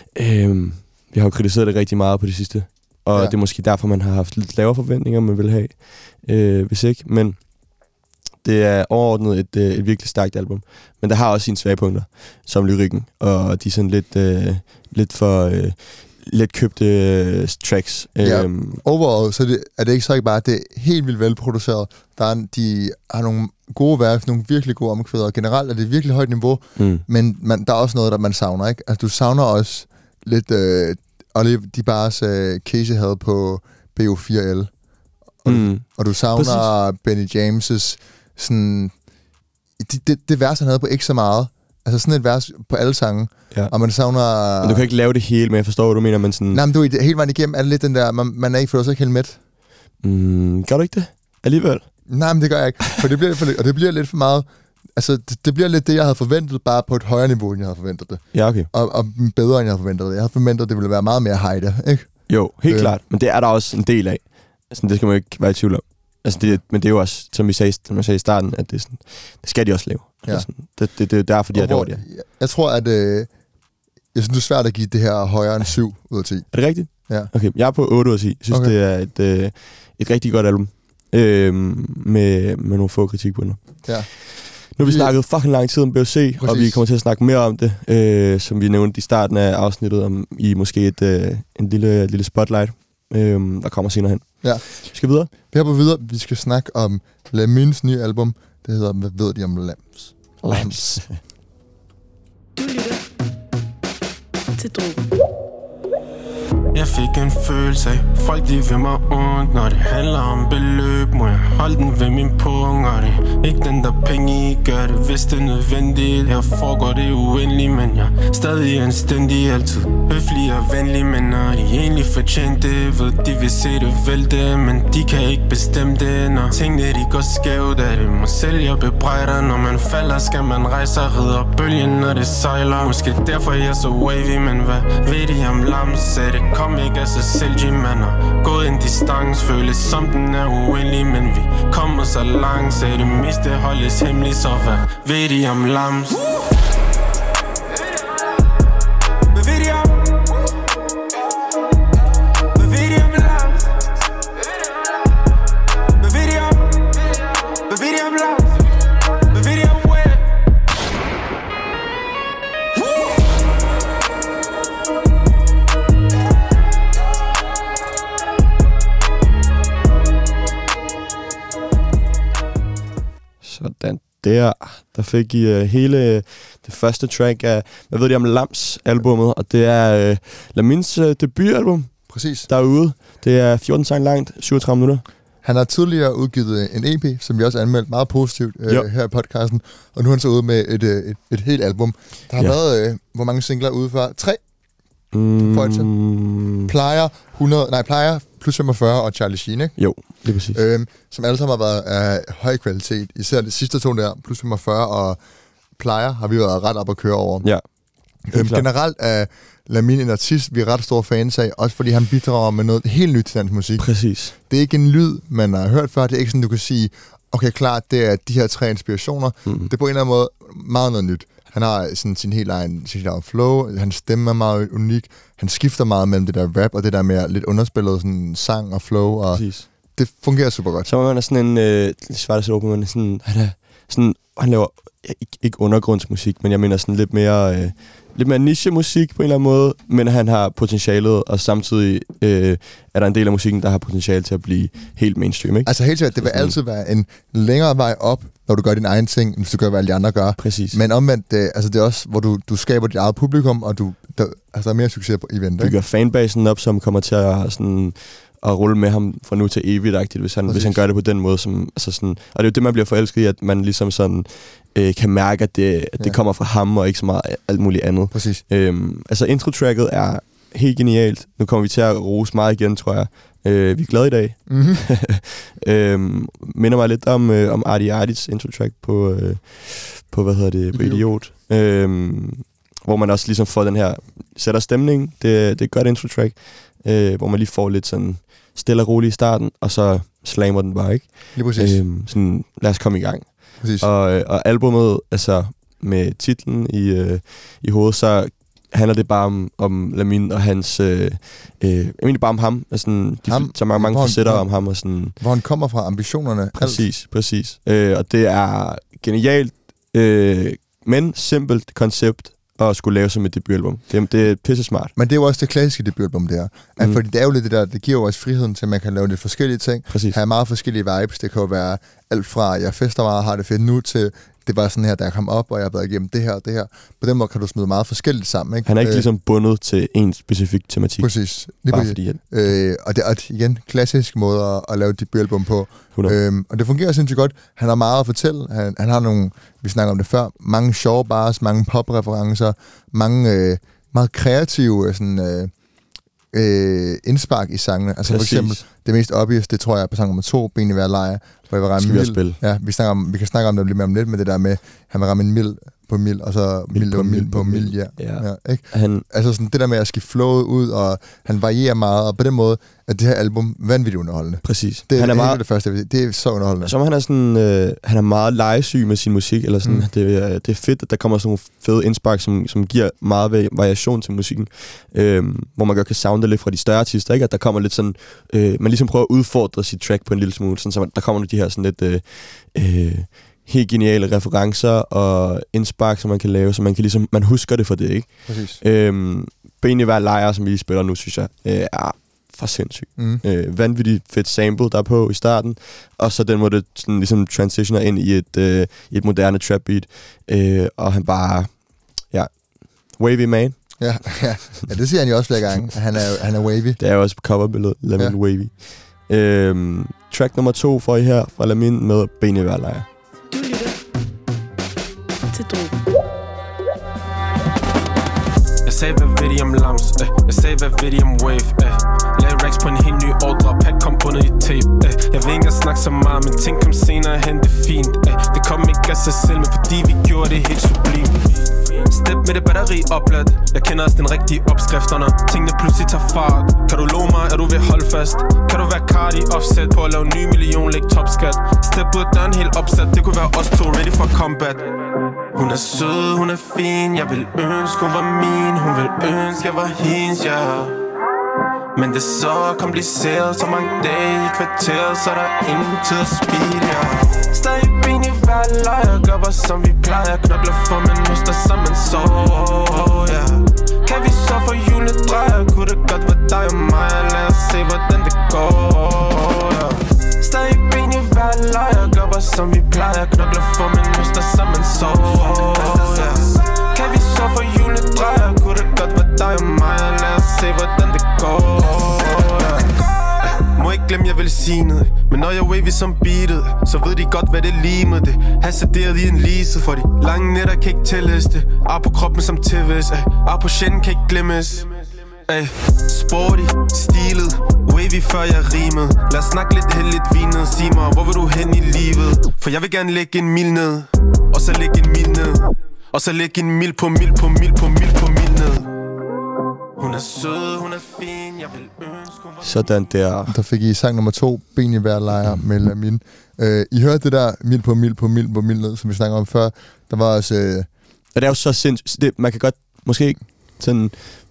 vi har jo kritiseret det rigtig meget på det sidste. Og det er måske derfor, man har haft lidt lavere forventninger, man vil have, hvis ikke. Men det er overordnet et virkelig stærkt album. Men der har også sine svage punkter, som lyrikken. Og de er sådan lidt for let købte tracks. Overall, så er det ikke så ikke bare, det er helt vildt velproduceret. De har nogle gode værk, nogle virkelig gode omkvæder. Generelt er det virkelig højt niveau, men der er også noget, der man savner, ikke? Altså, du savner også lidt Oliver DeBar's Casey havde på BO4L. Og du savner Benny James' sådan... Det vers, han havde på ikke så meget. Altså sådan et vers på alle sange. Ja. Og man savner... Men du kan ikke lave det hele, men jeg forstår, hvad du mener, men sådan... Nej, men du helt vejen igennem er det lidt den der... Man er ikke føler sig ikke helt med. Gør du ikke det? Alligevel? Nej, men det gør jeg ikke. For det bliver lidt for meget... Altså, det bliver lidt det, jeg havde forventet, bare på et højere niveau, end jeg havde forventet det. Ja, okay. Og bedre, end jeg havde forventet det. Jeg havde forventet, at det ville være meget mere hejde, ikke? Jo, helt klart. Men det er der også en del af. Altså, det skal man jo ikke være i tvivl om. Altså, men det er jo også, som jeg sagde i starten, at det skal de også lave. Ja. Altså, det er derfor, de er dårlige. Jeg tror, at... jeg synes, det er svært at give det her højere end 7 ud af 10. Er det rigtigt? Ja. Okay, jeg er på 8 ud af 10. Jeg synes, det er et rigtig godt album. Med nogle få kritikpunkter. Ja. Nu har vi snakket fucking lang tid om BOC, og vi kommer til at snakke mere om det, som vi nævnte i starten af afsnittet, om i måske en lille spotlight, der kommer senere hen. Ja. Vi skal videre. Vi hopper videre. Vi skal snakke om Lamins nye album. Det hedder Hvad ved de om Lams? Lams. Du lytter til Drogen. Jeg fik en følelse af, folk de vil mig ondt. Når det handler om beløb, må jeg holde den ved min punkt. Og det er ikke den der penge i gør det, hvis det er nødvendigt. Her foregår det uendeligt, men jeg er stadig anstændig. Altid høflig og venlig, men når de egentlig fortjent det, ved de vil se det vælte, men de kan ikke bestemme det. Når tingene de går skævt, er det mig selv jeg bebrejder. Når man falder, skal man rejse og ride bølgen, når det sejler. Måske derfor jeg er så wavy, men hvad ved de om Lams? Det kom ikke af sig selv, man har gået en distance. Føles som den er uendelig, men vi kommer så langt. Så det meste holdes hemmeligt, så hvad ved de om Lams? Hvad ved de om? Hvad ved de om Lams? Hvad ved de om? Hvad ved de om Lams? Hvad ved de om Web? Sådan der fik I hele det første track af, hvad ved de om Lams albummet, og det er Lamins debutalbum. Præcis. Der er ude. Det er 14 sange langt, 37 minutter. Han har tidligere udgivet en EP, som vi også anmeldt meget positivt her i podcasten, og nu er han så ude med et helt album. Der har været, hvor mange singler ude før? 3? Plejer plus 45 og Charlie Sheen, ikke? Jo, det er præcis. Som alle sammen har været af høj kvalitet. Især det sidste to der, plus 45 og Plejer, har vi været ret op at køre over. Ja. Generelt er Lamin en artist, vi er ret store fans af, også fordi han bidrager med noget helt nyt til dansk musik. Præcis. Det er ikke en lyd, man har hørt før. Det er ikke sådan, du kan sige, okay, klart, det er de her 3 inspirationer. Det er på en eller anden måde meget noget nyt. Han har sådan sin helt egen flow, hans stemme er meget unik, han skifter meget mellem det der rap og det der med lidt underspillet sådan sang og flow, og præcis. Det fungerer super godt. Så man er sådan en, svært at sætte op, men han laver ikke undergrundsmusik, men jeg mener sådan lidt mere niche-musik på en eller anden måde, men han har potentialet, og samtidig er der en del af musikken, der har potentiale til at blive helt mainstream, ikke? Altså helt sikkert, det vil altid være en længere vej op, når du gør din egen ting, end hvis du gør, hvad alle de andre gør. Præcis. Men omvendt, det er også, hvor du skaber dit eget publikum, og der er mere succes på event, bygger fanbasen op, som kommer til at rulle med ham fra nu til evigt, hvis han gør det på den måde. Som, altså sådan, og det er jo det, man bliver forelsket i, at man ligesom sådan, kan mærke, at det kommer fra ham, og ikke så meget alt muligt andet. Præcis. Altså intro-tracket er helt genialt. Nu kommer vi til at rose meget igen, tror jeg. Vi er glade i dag. Mm-hmm. Minder mig lidt om Artie Artits intro-track på på Idiot. Hvor man også ligesom får den her, sætter stemning. Det er et godt intro-track, hvor man lige får lidt sådan stille og roligt i starten, og så slammer den bare, ikke? Lige præcis. Sådan, lad os komme i gang. Præcis. Og albumet, altså med titlen i hovedet, så handler det bare om Lamin og hans... egentlig bare om ham. Altså, så mange facetter om ham. Og sådan, hvor han kommer fra, ambitionerne. Præcis. Og det er genialt, men simpelt koncept at skulle lave som et debutalbum. Det er pisse smart. Men det er jo også det klassiske debutalbum, det er. Fordi det er jo lidt det der, det giver jo også friheden til, at man kan lave lidt forskellige ting. Præcis. Have meget forskellige vibes. Det kan jo være alt fra, jeg fester meget, har det fedt nu, til det var sådan her, da jeg kom op, og jeg har været igennem det her og det her. På den måde kan du smide meget forskelligt sammen, ikke? Han er ikke ligesom bundet til en specifik tematik. Præcis. Og det er igen klassisk måde at lave et debutalbum på. Og det fungerer sindssygt godt. Han har meget at fortælle. Han har nogle, vi snakker om det før, mange sjove bars, mange popreferencer, mange meget kreative sådan, indspark i sangene. Altså for eksempel, det mest obvious, det tror jeg er på sang nummer 2, Ben i hver lejr, hvor jeg vil ramme mild. Ja, vi kan snakke om det lidt mere om lidt, med det der med, han vil ramme en mild på mild, og så mild på mild, ja. Ikke? Altså sådan det der med at skifte flowet ud, og han varierer meget, og på den måde er det her album vanvittigt underholdende. Præcis. Det er det første, det er så underholdende. Som han er sådan, han er meget legesyg med sin musik, eller sådan, det er fedt, at der kommer sådan nogle fede indspark, som giver meget variation til musikken, hvor man godt kan sounde lidt fra de større artister, ikke? At der kommer lidt sådan, man ligesom prøver at udfordre sit track på en lille smule, sådan, så der kommer de her sådan lidt helt geniale referencer og indspark, som man kan lave, så man kan ligesom, man husker det for det, ikke? Præcis. Ben i hver lejr, som vi spiller nu, synes jeg, er for sindssygt. Vanvittigt fedt sample, der er på i starten, og så den måde, det sådan, ligesom transitioner ind i et moderne trap beat, og han bare, wavy man. Ja, det siger han jo også flere gange. Han er wavy. Det er jo også på coverbilledet, Lamin Wavy. Track nummer 2 får I her fra Lamin med Ben i hver lejr. Du lytter til Drogen. Jeg sagde, hvad ved de om lams, jeg sagde, hvad ved de om wave, Lagde racks på en helt ny ordre, pack kom bundet i tape, Jeg vil ikke snakke så meget, men ting kom senere hen, det er fint, Det kom ikke af sig selv, men fordi vi gjorde det helt sublimt. Step med det batteri opladt, jeg kender også den rigtige opskrifter, når tingene pludselig tager fart. Kan du love mig, at du vil holde fast? Kan du være Cardi offset på at lave ny million, læg topskat? Step ud af døren helt opsat, det kunne være os to ready for combat. Hun er sød, hun er fin, jeg vil ønske hun var min. Hun vil ønske jeg var hendes, ja. Men det er så kompliceret, så mange dage i kvarteret, så der er ingen tid at spille, ja. Stadig ben i hver lejr, gør bare som vi plejer. Knokler for man nøster sammen så, ja. Kan vi så få juledrejer, kunne det godt være dig og mig. Lad os se hvordan det går, ja. Stadig ben i hver lejr, gør bare som vi plejer. Knokler for man nøster sammen så, ja. Kan vi så få juledrejer, kunne det godt være dig og mig. Lad os se hvordan det går, ja. Må ikke glemme jeg velsignet, men når jeg wavy som beatet, så ved de godt hvad det limede det. Hasarderet i en leaset, for de lange nætter kan ikke tælles det. Ar på kroppen som TV's, ar på sjælen kan ikke glemmes. Sporty, stilet, wavy før jeg rimede. Lad os snakke lidt heldigt vinet. Sig mig, hvor vil du hen i livet? For jeg vil gerne lægge en mil ned, og så lægge en mil ned, og så lægge en mil på mil på mil på mil på mil ned. Hun er sød, hun er fin, jeg vil ønske hun var... Sådan der. Der fik I sang nummer 2, Ben i hver lejr med Lamin. I hørte det der mil på mil på mil på mil ned, som vi snakker om før. Der var også... Og det er jo så sindssygt. Man kan godt måske sådan...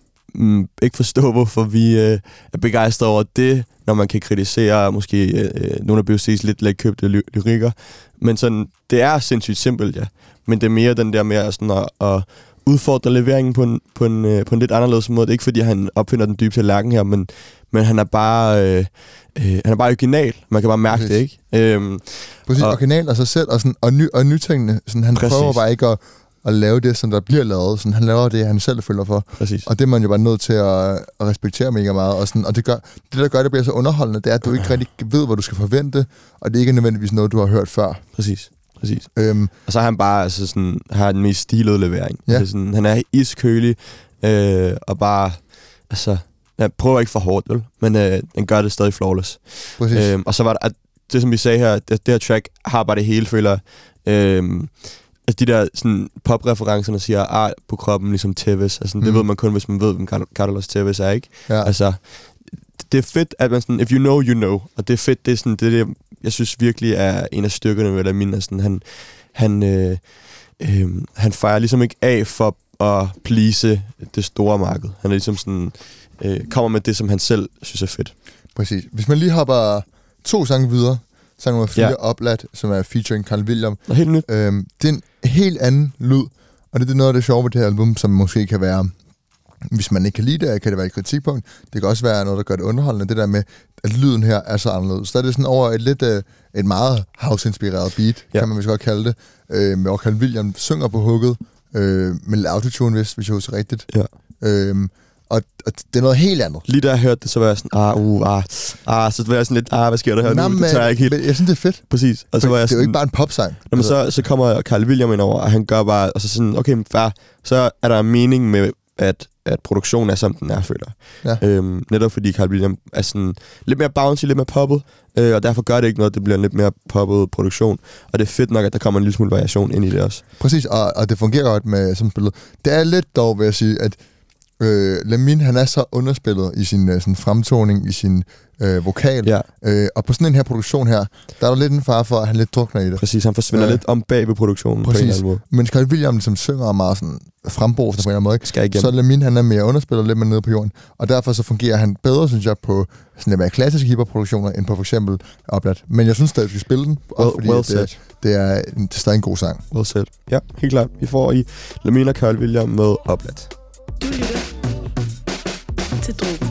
ikke forstå, hvorfor vi er begejstrede over det, når man kan kritisere måske nogle af BOC's lidt lækkøbte lyrikker. Men sådan, det er sindssygt simpelt, ja. Men det er mere den der med sådan at udfordre leveringen på en lidt anderledes måde. Det er ikke fordi, han opfinder den dybe tallerken her, men han er bare original. Man kan bare mærke det, ikke? Præcis, original og sig selv, og nytænkende. Sådan, han prøver bare ikke at lave det, som der bliver lavet. Sådan, han laver det, han selv føler for. Præcis. Og det er man jo bare nødt til at respektere mega meget. Og det, der gør, det bliver så underholdende, det er, at du ikke rigtig ved, hvad du skal forvente, og det er ikke nødvendigvis noget, du har hørt før. Præcis. Og så er han bare altså sådan, har den mest stilede levering. Ja. Altså sådan, han er iskølig, og bare altså, jeg prøver ikke for hårdt, vel? Men den gør det stadig flawless. Og så var der, det som vi sagde her, det her track har bare det hele, føler altså de der sådan pop-referencerne siger, på kroppen, ligesom Tevez. Altså, det ved man kun, hvis man ved, hvem Carlos Tevez er, ikke? Ja. Altså, det er fedt, at man sådan, if you know, you know. Og det er fedt, det er sådan, det jeg synes virkelig er en af styrkerne ved Lamin. Altså, han fejrer ligesom ikke af for at please det store marked. Han er ligesom sådan, kommer med det, som han selv synes er fedt. Præcis. Hvis man lige hopper 2 sange videre, sang nummer 4, Opladt, som er featuring Carl William. Og helt nyt. Det er en helt anden lyd, og det er noget af det sjove ved det her album, som måske kan være, hvis man ikke kan lide det, kan det være et kritikpunkt. Det kan også være noget, der gør det underholdende. Det der med, at lyden her er så anderledes. Så er det sådan over et meget house-inspireret beat, kan man vist godt kalde det. Med Carl William synger på hugget, med autotune, hvis jeg husker rigtigt. Ja. Og det er noget helt andet. Lige da jeg hørte det, så var jeg sådan, så var jeg sådan lidt, hvad sker der her nu? Det tager jeg ikke helt. Jeg synes, det er fedt. Præcis. Og så var jeg det er jo ikke bare en popsang. Men så kommer Carl William ind over, og han gør bare, og så sådan, okay, fair, så er der mening med, at produktionen er, som den er, føler jeg. Ja. Netop fordi Carl William er sådan lidt mere bouncy, lidt mere poppet, og derfor gør det ikke noget, det bliver en lidt mere poppet produktion. Og det er fedt nok, at der kommer en lille smule variation ind i det også. Præcis, og det fungerer godt med sådan spillet. Det er lidt dog, vil jeg sige, at Lamin, han er så underspillet i sin sådan fremtoning, i sin vokal. Ja. Og på sådan en her produktion her, der er der lidt en fare for, at han lidt drukner i det. Præcis, han forsvinder lidt om bag ved produktionen. Præcis. På en eller anden måde. Men Carl William ligesom synger og meget sådan frembrusende på en eller anden måde. Så Lamin, han er mere underspillet, lidt mere nede på jorden. Og derfor så fungerer han bedre, synes jeg, på sådan lidt mere klassiske hiphop-produktioner, end på for eksempel Opladt. Men jeg synes, at vi skal spille den, fordi det er stadig en god sang. Well said. Ja, helt klart. Vi får i Lamin og Carl William med Opladt. Du lytter til Drogen.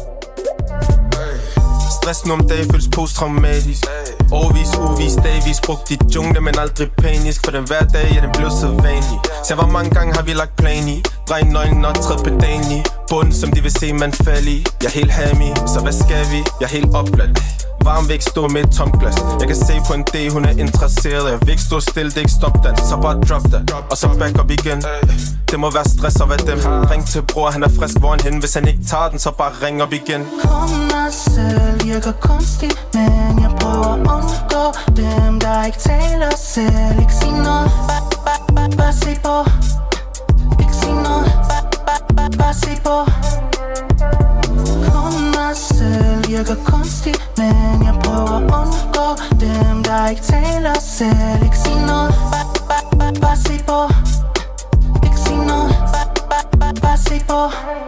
Stressen om dag føles posttraumatisk. Årvis, uvis, dagvis brugt i jungle, men aldrig panisk. For den hver dag, ja, den blev så vanlig. Så hvor mange gange har vi lagt plan i? Drej nøglen og træd pedalen i bunden, som de vil se, man falde i. Jeg er helt hammy, så hvad skal vi? Jeg er helt opladt. Varm væk stå med et tomt glas. Jeg kan se på en dag, hun er interesseret. Jeg vil ikke stå stille, det er ikke stopdans. Så bare drop that, og så back up igen. Det må være stress og hvad dem. Ring til bror, han er frisk, hvor han hen. Hvis han ikke tager den, så bare ring op igen. Kom mig selv, virker kunstigt, men jeg prøver at undgå dem, der ikke taler selv. Ikke sig noget, bare se på. Ikke sig noget, bare se på. Kom mig selv, virker kunstigt, men jeg prøver at undgå dem, der ikke taler selv. Ikke sig noget, bare se på. Ikke sig noget, bare se på.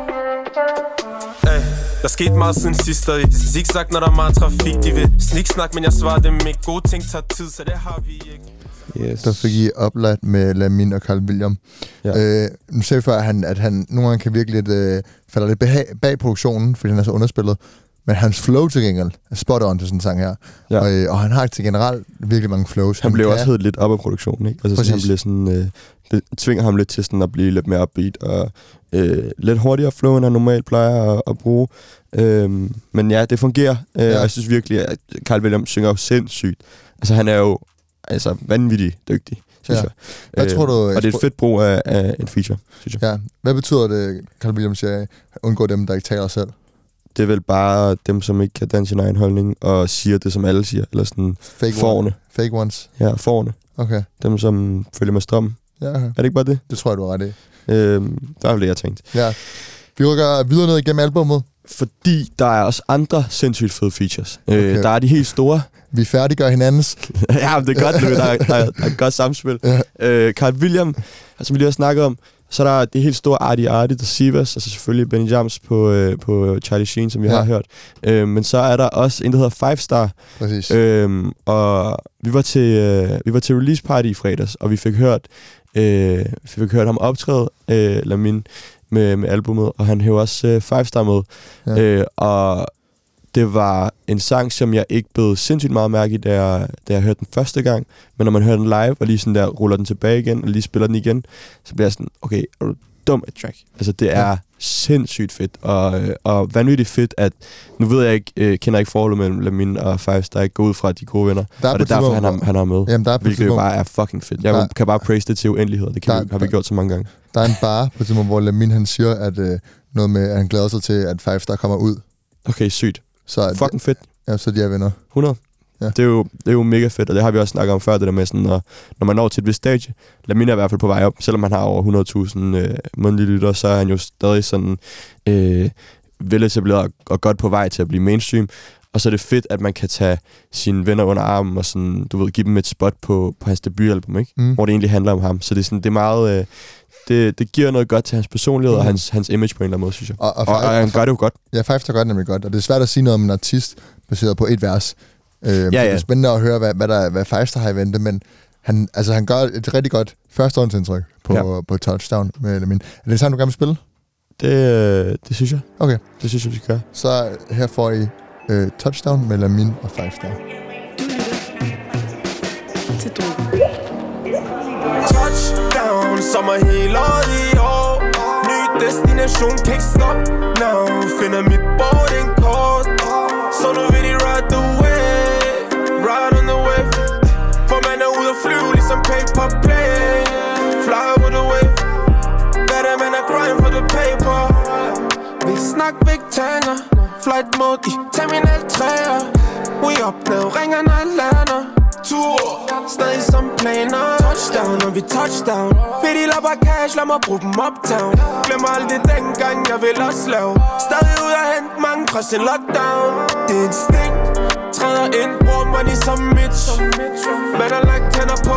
Der skete meget siden sidst stadig. Zigzag, når der er meget trafik. De vil sniksnak, men jeg svarer dem ikke. Gode ting tager tid, så det har vi ikke. Yes. Der fik I Opladt med Lamin og Carl William. Ja. Nu ser vi før, at han nogle gange kan virkelig falder lidt bag produktionen, fordi han er så underspillet. Men hans flow til gengæld er spot on til sådan en sang her. Ja. Og han har til generelt virkelig mange flows. Han blev også helt lidt op af produktionen, ikke? Altså sådan, han blev sådan, det tvinger ham lidt til sådan at blive lidt mere upbeat og lidt hurtigere flow, end han normalt plejer at bruge. Men ja, det fungerer. Og jeg synes virkelig, at Carl William synger jo sindssygt. Altså han er jo vanvittigt dygtig, synes jeg. Hvad tror du, og det er et fedt brug af en feature, synes jeg. Ja. Hvad betyder det, Carl William siger, at undgå dem, der ikke taler selv? Det er vel bare dem, som ikke kan danse sin egen holdning og siger det, som alle siger. Eller sådan forne. Fake ones? Ja, forne. Okay. Dem, som følger med strømmen. Ja. Er det ikke bare det? Det tror jeg, du har ret i. Der er vel det, jeg tænkt. Ja. Vi rykker videre ned igennem albummet. Fordi der er også andre sindssygt fede features. Okay. Der er de helt store. Vi færdiggør hinandens. Ja, det er godt, der er et godt samspil. Ja. Carl William, som vi lige har snakket om, så der er det helt store Artie The Sivas, altså selvfølgelig Benny Jams på Charlie Sheen, som vi har hørt. Men så er der også en, der hedder 5 Star. Præcis. Og vi var til release party i fredags, og vi fik hørt ham optræde, Lamin, med albumet, og han hæver også 5 Star med. Ja. Og det var en sang, som jeg ikke blev sindssygt meget mærke i, da jeg hørte den første gang. Men når man hører den live, og lige sådan der ruller den tilbage igen, og lige spiller den igen, så bliver jeg sådan, okay, dum et track. Altså, det er sindssygt fedt, og vanvittigt fedt, at nu ved jeg ikke, kender ikke forholdet mellem Lamin og Five Star, ikke går ud fra, at de er gode venner, og det er derfor, han har med, jamen, hvilket jo bare er fucking fedt. Jeg kan bare praise det til uendelighed, det har vi gjort så mange gange. Der er en bar på det, hvor Lamin han siger, at noget med, at han glæder sig til, at Five Star kommer ud. Okay, sygt. Så fucking fedt. Ja, så de er venner. 100. Ja. Det er jo mega fedt, og det har vi også snakket om før, det der med sådan, når man når til et vist stage, Lamin er i hvert fald på vej op, selvom han har over 100.000 månedlige lyttere, så er han jo stadig sådan veletableret og godt på vej til at blive mainstream, og så er det fedt, at man kan tage sine venner under armen og sådan, du ved, give dem et spot på hans debutalbum, ikke? Hvor det egentlig handler om ham, så det er sådan, det er meget... Det giver noget godt til hans personlighed og hans image på en eller anden måde, synes jeg. Og han gør det jo godt. Ja, Five Star gør det nemlig godt, og det er svært at sige noget om en artist baseret på et vers. Det er spændende at høre, hvad Five Star har i vente, men han gør et rigtig godt førstehåndsindtryk på Touchdown med Lamin. Er det sådan, du gerne vil spille? Det synes jeg. Okay. Det synes jeg, vi gør. Så her får I Touchdown med Lamin og Five Star. Til Drogen. Touchdown, sommer hele året i år. Ny destination, can't stop now. Finder mit boarding kort, så nu vil de ride the wave, ride on the wave. For man er ude at flyve, ligesom paper plane. Fly over the wave, hvad der man er grind for the paper. Vi snak vægtaner, flight mode i terminal 3'er. We up now, ringer når jeg lander. Tur, stadig som planer. Touchdown, når vi touchdown. Vil de lapper cash, lad mig bruge dem uptown. Glemmer aldrig dengang, jeg vil også lave. Stadig ud at hente mange fra sin lockdown. Det er instinkt, træder ind, bruger money som Mitch. Man har lagt hænder på,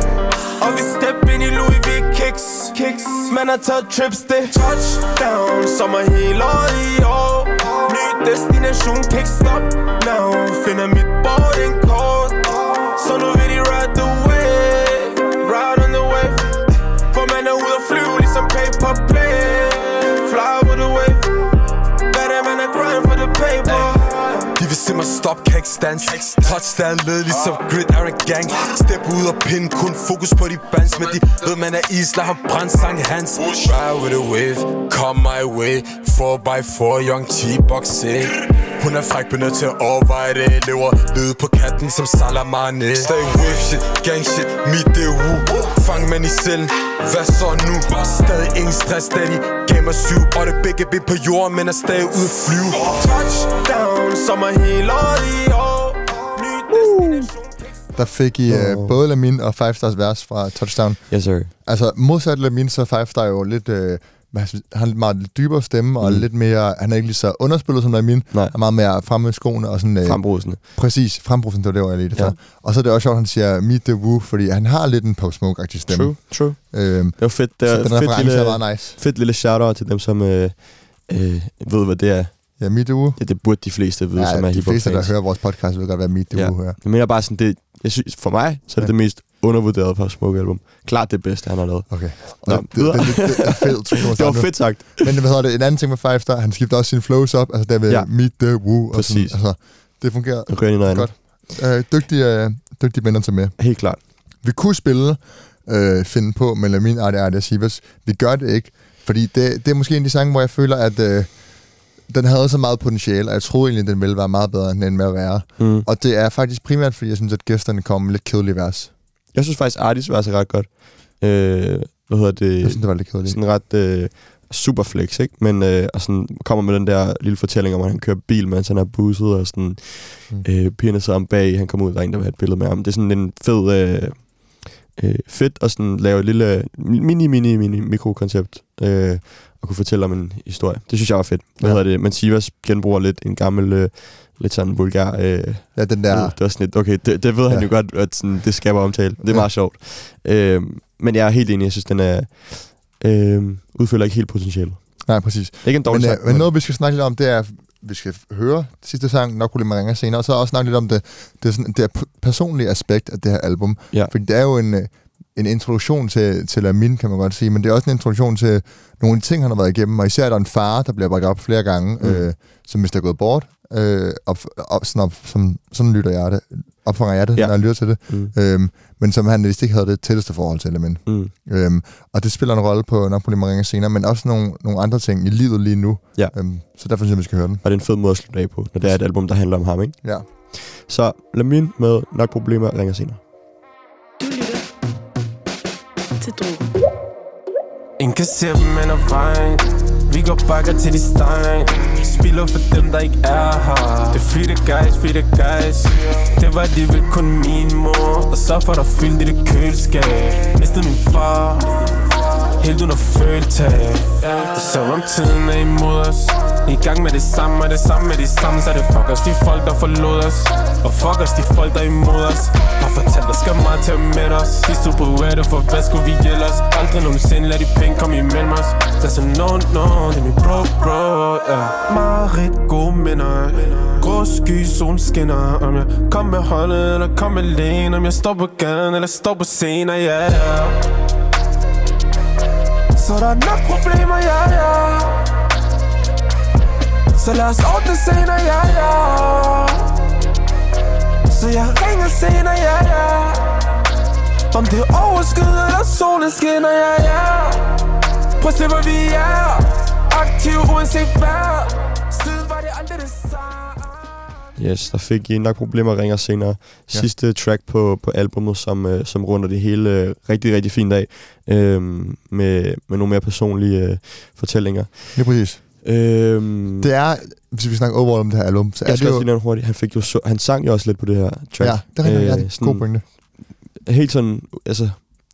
og vi step ind i Louis V kicks. Man har taget trips, det touchdown. Sommer hele året i år. Ny destination, can't stop now. Finder mit boarding kort, så nu vil de ride the wave, ride on the wave. For man er ude at flyve, ligesom paper plane. Fly over the wave, hvad der man er grind for the paper. De vil se mig stop, kan ikke stands. Touchdown lød ligesom grit Aaron gang. Step ud og pin, kun fokus på de bands. Men de ved man er isla, har brændt sang hans. Ride with the wave, come my way. 4x4, young T-box, hun er fræk, bliver nødt til at overveje det. Lever lød på katten som Salamane. Stay with shit, gang shit, meet the woo. Fang man i selv, hvad så nu? Stadig ingen stress, daddy, gamer 7. Og det begge ben på jorden, men er stadig ude at flyve. Touchdown, sommer hele året i år. Ny destination. Der fik I både Lamin og Five Stars vers fra Touchdown. Yes, sir. Altså modsat Lamin, så Five Star jo lidt... han har en meget lidt dybere stemme, og lidt mere... Han er ikke lige så underspillet som Lamin. Han er meget mere fremme i skoene og sådan... Frembrusende. Præcis, frembrusende, det var det, jeg lige det for. Og så er det også sjovt, han siger Meet the Woo, fordi han har lidt en Pop Smoke-agtig stemme. True. Det var fedt. Det er den reference er meget nice. Fedt lille shout-out til dem, som ved, hvad det er. Ja, Meet the Woo. Ja, det burde de fleste vide, som er hiphop-fans. De fleste, der hører vores podcast, ved godt, hvad Meet the Woo hører. Jeg mener bare sådan, det... Jeg synes, for mig, så er det mest undervurderet Pop Smoke-album. Klart det bedste, han har lavet. Okay. Det er fedt. Det var fedt sagt. Men hvad hedder det? En anden ting med Five Star, han skifter også sine flows op. Altså der ved Meet the Woo. Præcis. Altså, det fungerer godt. Dygtige venner til med. Helt klart. Vi kunne finde på med Lamin og Sivas. Vi gør det ikke. Fordi det er måske en af de sange, hvor jeg føler, at... den havde så meget potentiale, og jeg troede egentlig, den ville være meget bedre, end den med at være. Og det er faktisk primært, fordi jeg synes, at gæsterne kom med lidt kedelige vers. Jeg synes faktisk, Artis vers er ret godt. Hvad hedder det? Jeg synes, det var lidt kedeligt. Sådan ret super flex, ikke? Men og sådan kommer med den der lille fortælling om, at han kører bil, mens han er busset, og sådan pigerne sidder om bag, han kommer ud, der er en, der vil have et billede med ham. Det er sådan en fed... fedt at sådan lave et lille mini mikrokoncept og kunne fortælle om en historie. Det synes jeg var fedt. Hvad hedder det? Men Sivas genbruger lidt en gammel, lidt sådan vulgær... ja, den der... Det var sådan lidt, okay, det ved han jo godt, at sådan, det skal være omtale. Det er meget sjovt. Men jeg er helt enig, jeg synes, den er... udfylder ikke helt potentiale. Nej, præcis. Ikke en dårlig sang. Men noget, vi skal snakke lidt om, det er... Vi skal høre sidste sang, nok kunne ringer senere, og så også snakke lidt om det personlige aspekt af det her album. Ja. Fordi det er jo en introduktion til Lamin, kan man godt sige, men det er også en introduktion til nogle ting, han har været igennem, og især er der en far, der bliver bragt op flere gange, som hvis der er gået bort. sådan lytter jeg det, opfanger jeg det, når jeg lytter til det, men som han vist ikke havde det tætteste forhold til Lamin. Og det spiller en rolle på Nok Problemer Ringer Senere, men også nogle andre ting i livet lige nu, så derfor synes jeg, vi skal høre den. Og det er en fed måde at slutte af på, når det er et album, der handler om ham, ikke? Ja. Så Lamin med Nok Problemer Ringer Senere. Du lytter til Drogen. Inkasser dem ind ad vejen. Vi går bakker til de stegen. Spiller for dem, der ikke er her. Det er free the guys. Det var alligevel kun min mor, og så får der fyldt i det køleskab. Mistet min far, helt uden at føle tab. Det så om tiden er imod os. I gang med det samme, og det samme med de samme. Så det fuck os, de folk, der forlod os. Og fuck os, de folk, der imod os. Har fortalt, der skal meget til at mætte os. De stod på rette, for hvad skulle vi gælde os? Aldrig nogensinde lad de penge komme imellem os. Der er så no, det er min bro, Marit, gode minder. Grå sky, solen skinner. Om jeg kom med holdet, eller kom alene. Om jeg står på gaden, eller står på scenen, Så der er nok problemer, Så lad os ordne senere, Så jeg ringer senere, Om det er overskyet eller solen skinner, Prøv at se, hvor vi er. Aktiv uanset hvad. Siden var det aldrig det samme. Yes, der fik I Nok Problemer Ringer Senere. Sidste track på albumet, som runder det hele rigtig, rigtig fint af. Med nogle mere personlige fortællinger. Det er præcis. Det er, hvis vi snakker overall om det her album, så er det jo... Lige hurtigt. Han sang jo også lidt på det her track. Ja, det er rigtig god pointe. Helt sådan, altså...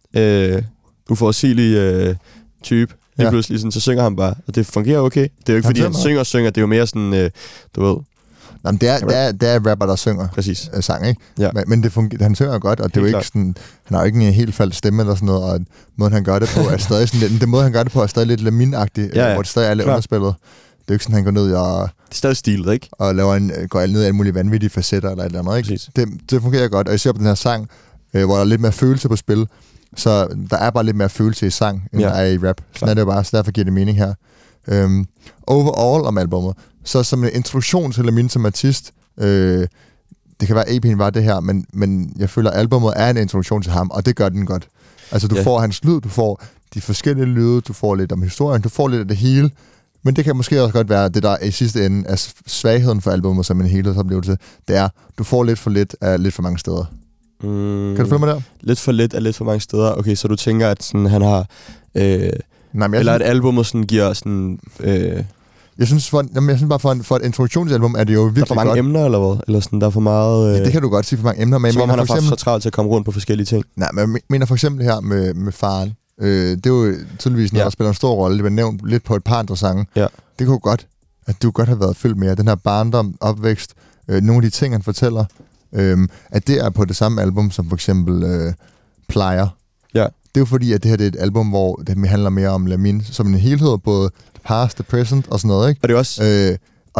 uforudsigelig type. Lige pludselig sådan, så synger han bare, og det fungerer okay. Det er jo ikke, fordi han synger, det er jo mere sådan, du ved... Jamen, det er rapper, der synger. Præcis. Sang, ikke? Ja. Men det han synger godt, og det er jo ikke sådan... Han har jo ikke en helt falsk stemme eller sådan noget, og måden han gør det på er stadig sådan lidt... Den måde han gør det på er stadig lidt Lamin-agtig, hvor det stadig er lidt underspillet. Det er jo ikke sådan, han går ned og... Det er stadig stilet, ikke? Og går ned i alle mulige vanvittige facetter eller et eller andet, ikke? Det fungerer godt, og især på den her sang, hvor der er lidt mere følelse på spil, så der er bare lidt mere følelse i sang, end der er i rap. Sådan er det jo bare, så derfor giver det mening her. Overall om albumet, så som en introduktion til Lamin som artist, det kan være, AP'en var det her, men jeg føler, at albumet er en introduktion til ham, og det gør den godt. Altså, du får hans lyd, du får de forskellige lyde, du får lidt om historien, du får lidt af det hele, men det kan måske også godt være det, der i sidste ende er svagheden for albumet som en helhedsoplevelse. Det er, du får lidt for lidt af lidt for mange steder. Kan du følge mig der? Lidt for lidt af lidt for mange steder. Okay, så du tænker, at sådan, han har... eller at albumet sådan giver sådan... Jeg synes bare, for et introduktionsalbum er det jo virkelig godt. Der er for mange emner, eller hvad? Eller sådan, der er for meget... Ja, det kan du godt sige, for mange emner. Men som om han har faktisk så travlt til at komme rundt på forskellige ting. Nej, men jeg mener for eksempel her med faren. Det er jo tydeligvis noget, der spiller en stor rolle. Det bliver nævnt lidt på et par andre sange. Ja. Det kunne godt, at du godt har været fyldt med den her barndom, opvækst, nogle af de ting, han fortæller, at det er på det samme album, som for eksempel Plejer. Ja. Det er jo fordi, at det her det er et album, hvor det handler mere om Lamin som en helhed, både past, the present og sådan noget, ikke? Og det er også...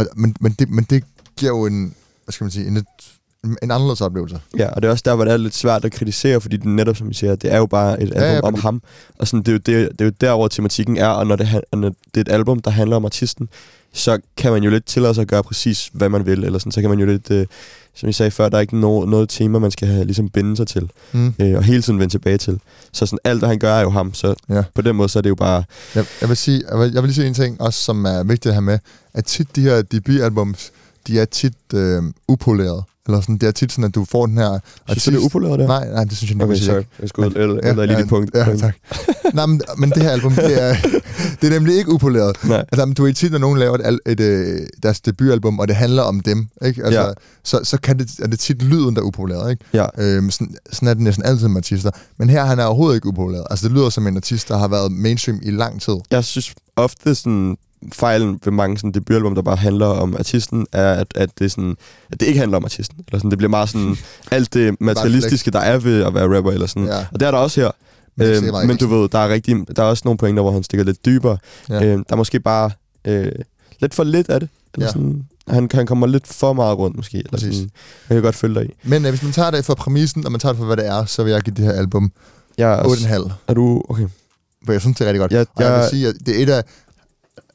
men det giver jo en, hvad skal man sige, en anderledes oplevelse. Ja, og det er også der, hvor det er lidt svært at kritisere, fordi det netop, som vi siger, det er jo bare et album om ham. Og sådan, det er jo der, hvor tematikken er, og når det er et album, der handler om artisten, så kan man jo lidt tillade sig at gøre præcis, hvad man vil, eller sådan, så kan man jo lidt... som jeg sagde før, der er ikke noget tema, man skal have ligesom binde sig til, og hele tiden vende tilbage til. Så sådan, alt, hvad han gør, er jo ham, så på den måde, så er det jo bare... Jeg vil lige sige en ting, også som er vigtigt at have med, at tit de her debutalbums, de er tit upoleret. Eller sådan, det er tit sådan, at du får den her... Synes du, det er upoleret der? Nej, det synes jeg ikke. Okay, sorry. Jeg skulle ændre lige de punkt. Ja, tak. Nej, men det her album, det er nemlig ikke upoleret. Altså, du er tit, når nogen laver deres debutalbum, og det handler om dem, ikke? Altså, så er det tit lyden, der er upoleret, ikke? Ja. Sådan er det næsten altid med artister. Men her han er overhovedet ikke upoleret. Altså, det lyder som en artist, der har været mainstream i lang tid. Jeg synes ofte sådan... Fejlen ved mange sådan debutalbum, der bare handler om artisten, er, at det sådan, at det ikke handler om artisten. Eller sådan, det bliver meget sådan alt det materialistiske, der er ved at være rapper eller sådan. Ja. Og det er der også her. Men du ved, der er også nogle pointer, hvor han stikker lidt dybere. Ja. Der er måske bare lidt for lidt af det. Eller sådan, han kommer lidt for meget rundt måske. Eller sådan, jeg kan godt følge dig i. Men hvis man tager det for præmissen, og man tager det for, hvad det er, så vil jeg give det her album 8,5. Er du okay? For jeg synes, det er rigtig godt. Jeg vil sige, at det er et af...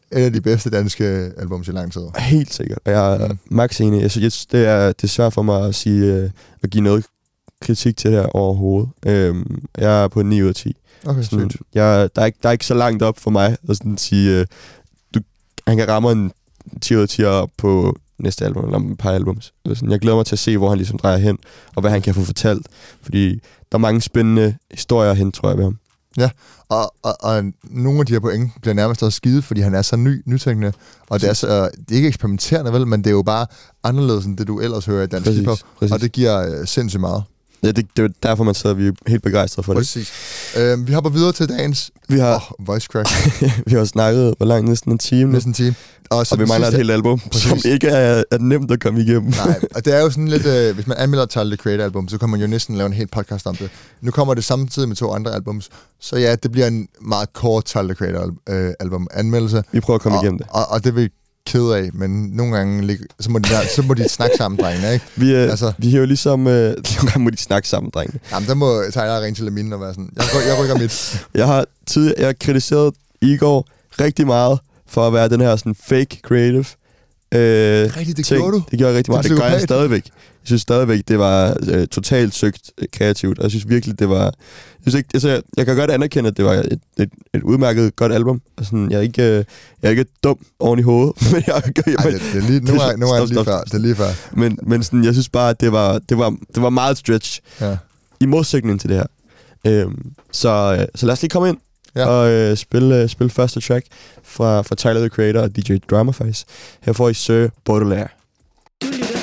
et af de bedste danske albums i lang tid. Helt sikkert. Og jeg er max enig. Jeg synes, det er svært for mig at give noget kritik til det her overhovedet. Jeg er på 9 ud af 10. Okay, sådan, der er ikke så langt op for mig at sådan sige, han kan ramme en 10 ud af 10 op på næste album, eller et par albums. Sådan, jeg glæder mig til at se, hvor han ligesom drejer hen, og hvad han kan få fortalt. Fordi der er mange spændende historier hen, tror jeg, ved ham. Ja, og nogle af de her point bliver nærmest også skide, fordi han er så nytænkende, og det er ikke eksperimenterende, vel, men det er jo bare anderledes end det, du ellers hører i dansk hiphop, og det giver sindssygt meget. Ja, det er derfor, man sidder, vi er helt begejstrede for det. Præcis. Vi hopper videre til dagens voice crack. Vi har snakket, hvor langt? Næsten en time. Næsten en time. Og vi mangler et helt album, som ikke er nemt at komme igennem. Nej, og det er jo sådan lidt, hvis man anmelder Tyler, the Creator album, så kan man jo næsten lave en helt podcast om det. Nu kommer det samtidig med 2 andre albums, så ja, det bliver en meget kort Tyler, the Creator album anmeldelse. Vi prøver at komme igennem det. Og det vil ked af, men nogle gange så må de snakke sammen, drengene, ikke? Vi har jo ligesom nogle gange må de snakke sammen, drengene. Jamen, der må Tyler ringe til Lamine og være sådan, jeg rykker mit. Jeg har kritiseret Igor rigtig meget for at være den her sådan fake creative. Rigtigt, det gjorde du? Det gjorde jeg rigtig meget. Det gør jeg stadigvæk. Jeg synes stadigvæk, det var totalt søgt kreativt. Og jeg synes virkelig, det var... Jeg kan godt anerkende, at det var et udmærket godt album. Og sådan, jeg er ikke dum oven i hovedet. Men det er lige før. Men sådan, jeg synes bare, at det var meget stretch. Ja. I modsætning til det her. Så lad os lige komme ind. Ja. Og spille første track fra Tyler, the Creator og DJ Dramaface. Her får I Sir Baudelaire. Du lytter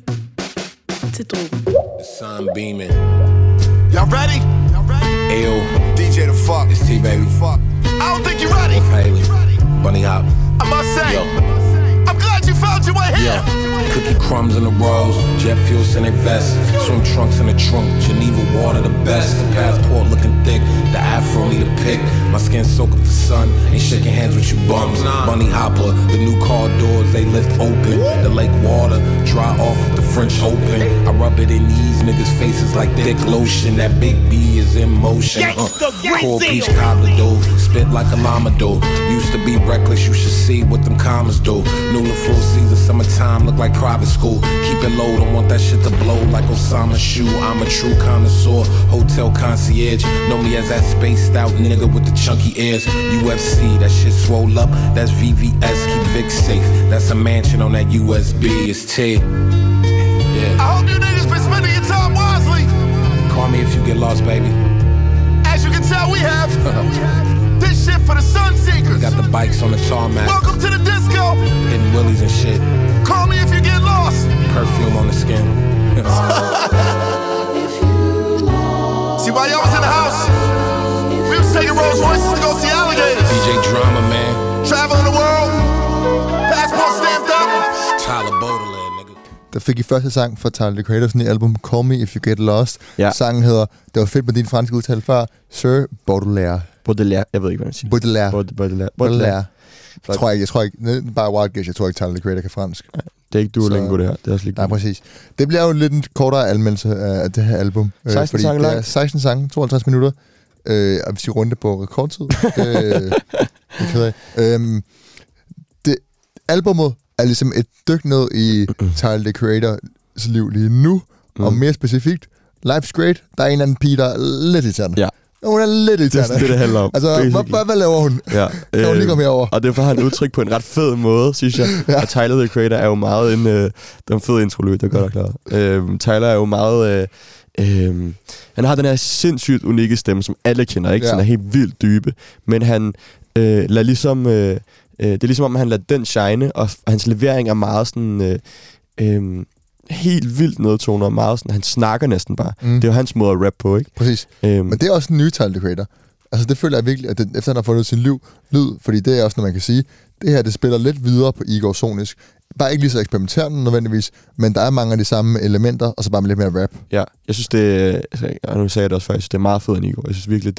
til Drogen. The sun beaming. Y'all ready? Ayo. DJ the fuck. It's T, baby. Fuck. I don't think you ready. Haley. Bunny Hop. I must say. Yo. I'm glad you found your way here. Yeah. Cookie crumbs in the rolls, jet fuels in their vests, swim trunks in the trunk, Geneva water the best, the passport looking thick, the afro need a pick, my skin soak up the sun, ain't shaking hands with you bums, Bunny Hopper, the new car doors they lift open, the lake water, dry off with the French Open, I rub it in these niggas' faces like thick lotion, that big B is in motion, cool peach cobbler dough, spit like a llama dough, used to be reckless, you should see what them commas do, new full season, summertime, look like private school. Keep it low, don't want that shit to blow like Osama's shoe. I'm a true connoisseur, hotel concierge. Know me as that spaced out nigga with the chunky ears. UFC, that shit swole up. That's VVS, keep Vic safe. That's a mansion on that USB. It's T. Yeah. I hope you niggas been spending your time wisely. Call me if you get lost, baby. As you can tell, we have this shit for the sun seekers. Got the bikes on the tarmac. Welcome to the disco. Hitting willies and shit. Call me if you get lost. Perfume on the skin. See, while y'all was in the house, we was taking Rolls Royces to go see alligators. DJ Drama, man. Traveling the world. Passport stamped up. Tyler Baudelaire, nigga. Der fik I første sang fra Tyler, the Creator's nye album Call Me If You Get Lost. Ja. Sangen hedder, det var fedt med din franske udtale før, Sir Baudelaire. Baudelaire, jeg ved ikke, hvad man siger. Baudelaire. Jeg tror ikke, bare wild guess, jeg tror ikke, Tyler, the Creator kan fransk. Nej, det er ikke Duolingo, det her. Det er også lige. Nej, præcis. Det bliver jo lidt en kortere anmeldelse af det her album. 16 sange langt. 16 sange, 52 minutter. Og hvis I runde på rekordtid. Albummet er ligesom et dyk ned i Tyler, the Creator's liv lige nu, og mere specifikt, Life's Great. Der er en anden pige, der er lidt irriterende. Ja. Hun er lidt irriterende. Det handler om. Altså, hvad laver hun? Ja. Kan hun lige komme herover? Og det får han udtryk på en ret fed måde, synes jeg. Ja. Og Tyler, the Creator er jo meget den fede introløg, der gør dig klar. Tyler er jo meget... han har den her sindssygt unikke stemme, som alle kender, ikke? Ja. Sådan er helt vildt dybe. Men han lader ligesom... det er ligesom om, han lader den shine, og hans levering er meget sådan... helt vildt nedtoner, og meget sådan, han snakker næsten bare. Det er jo hans måde at rappe på, ikke? Præcis. Men det er også en ny Tyler, the Creator. Altså det føler jeg virkelig, at efter han har fundet sin lyd, fordi det er også, når man kan sige, det her, det spiller lidt videre på Igor sonisk. Bare ikke lige så eksperimenterende nødvendigvis, men der er mange af de samme elementer, og så bare med lidt mere rap. Ja, jeg synes det, og nu sagde jeg det også før, jeg synes det er meget fedt end Igor. Jeg synes virkelig,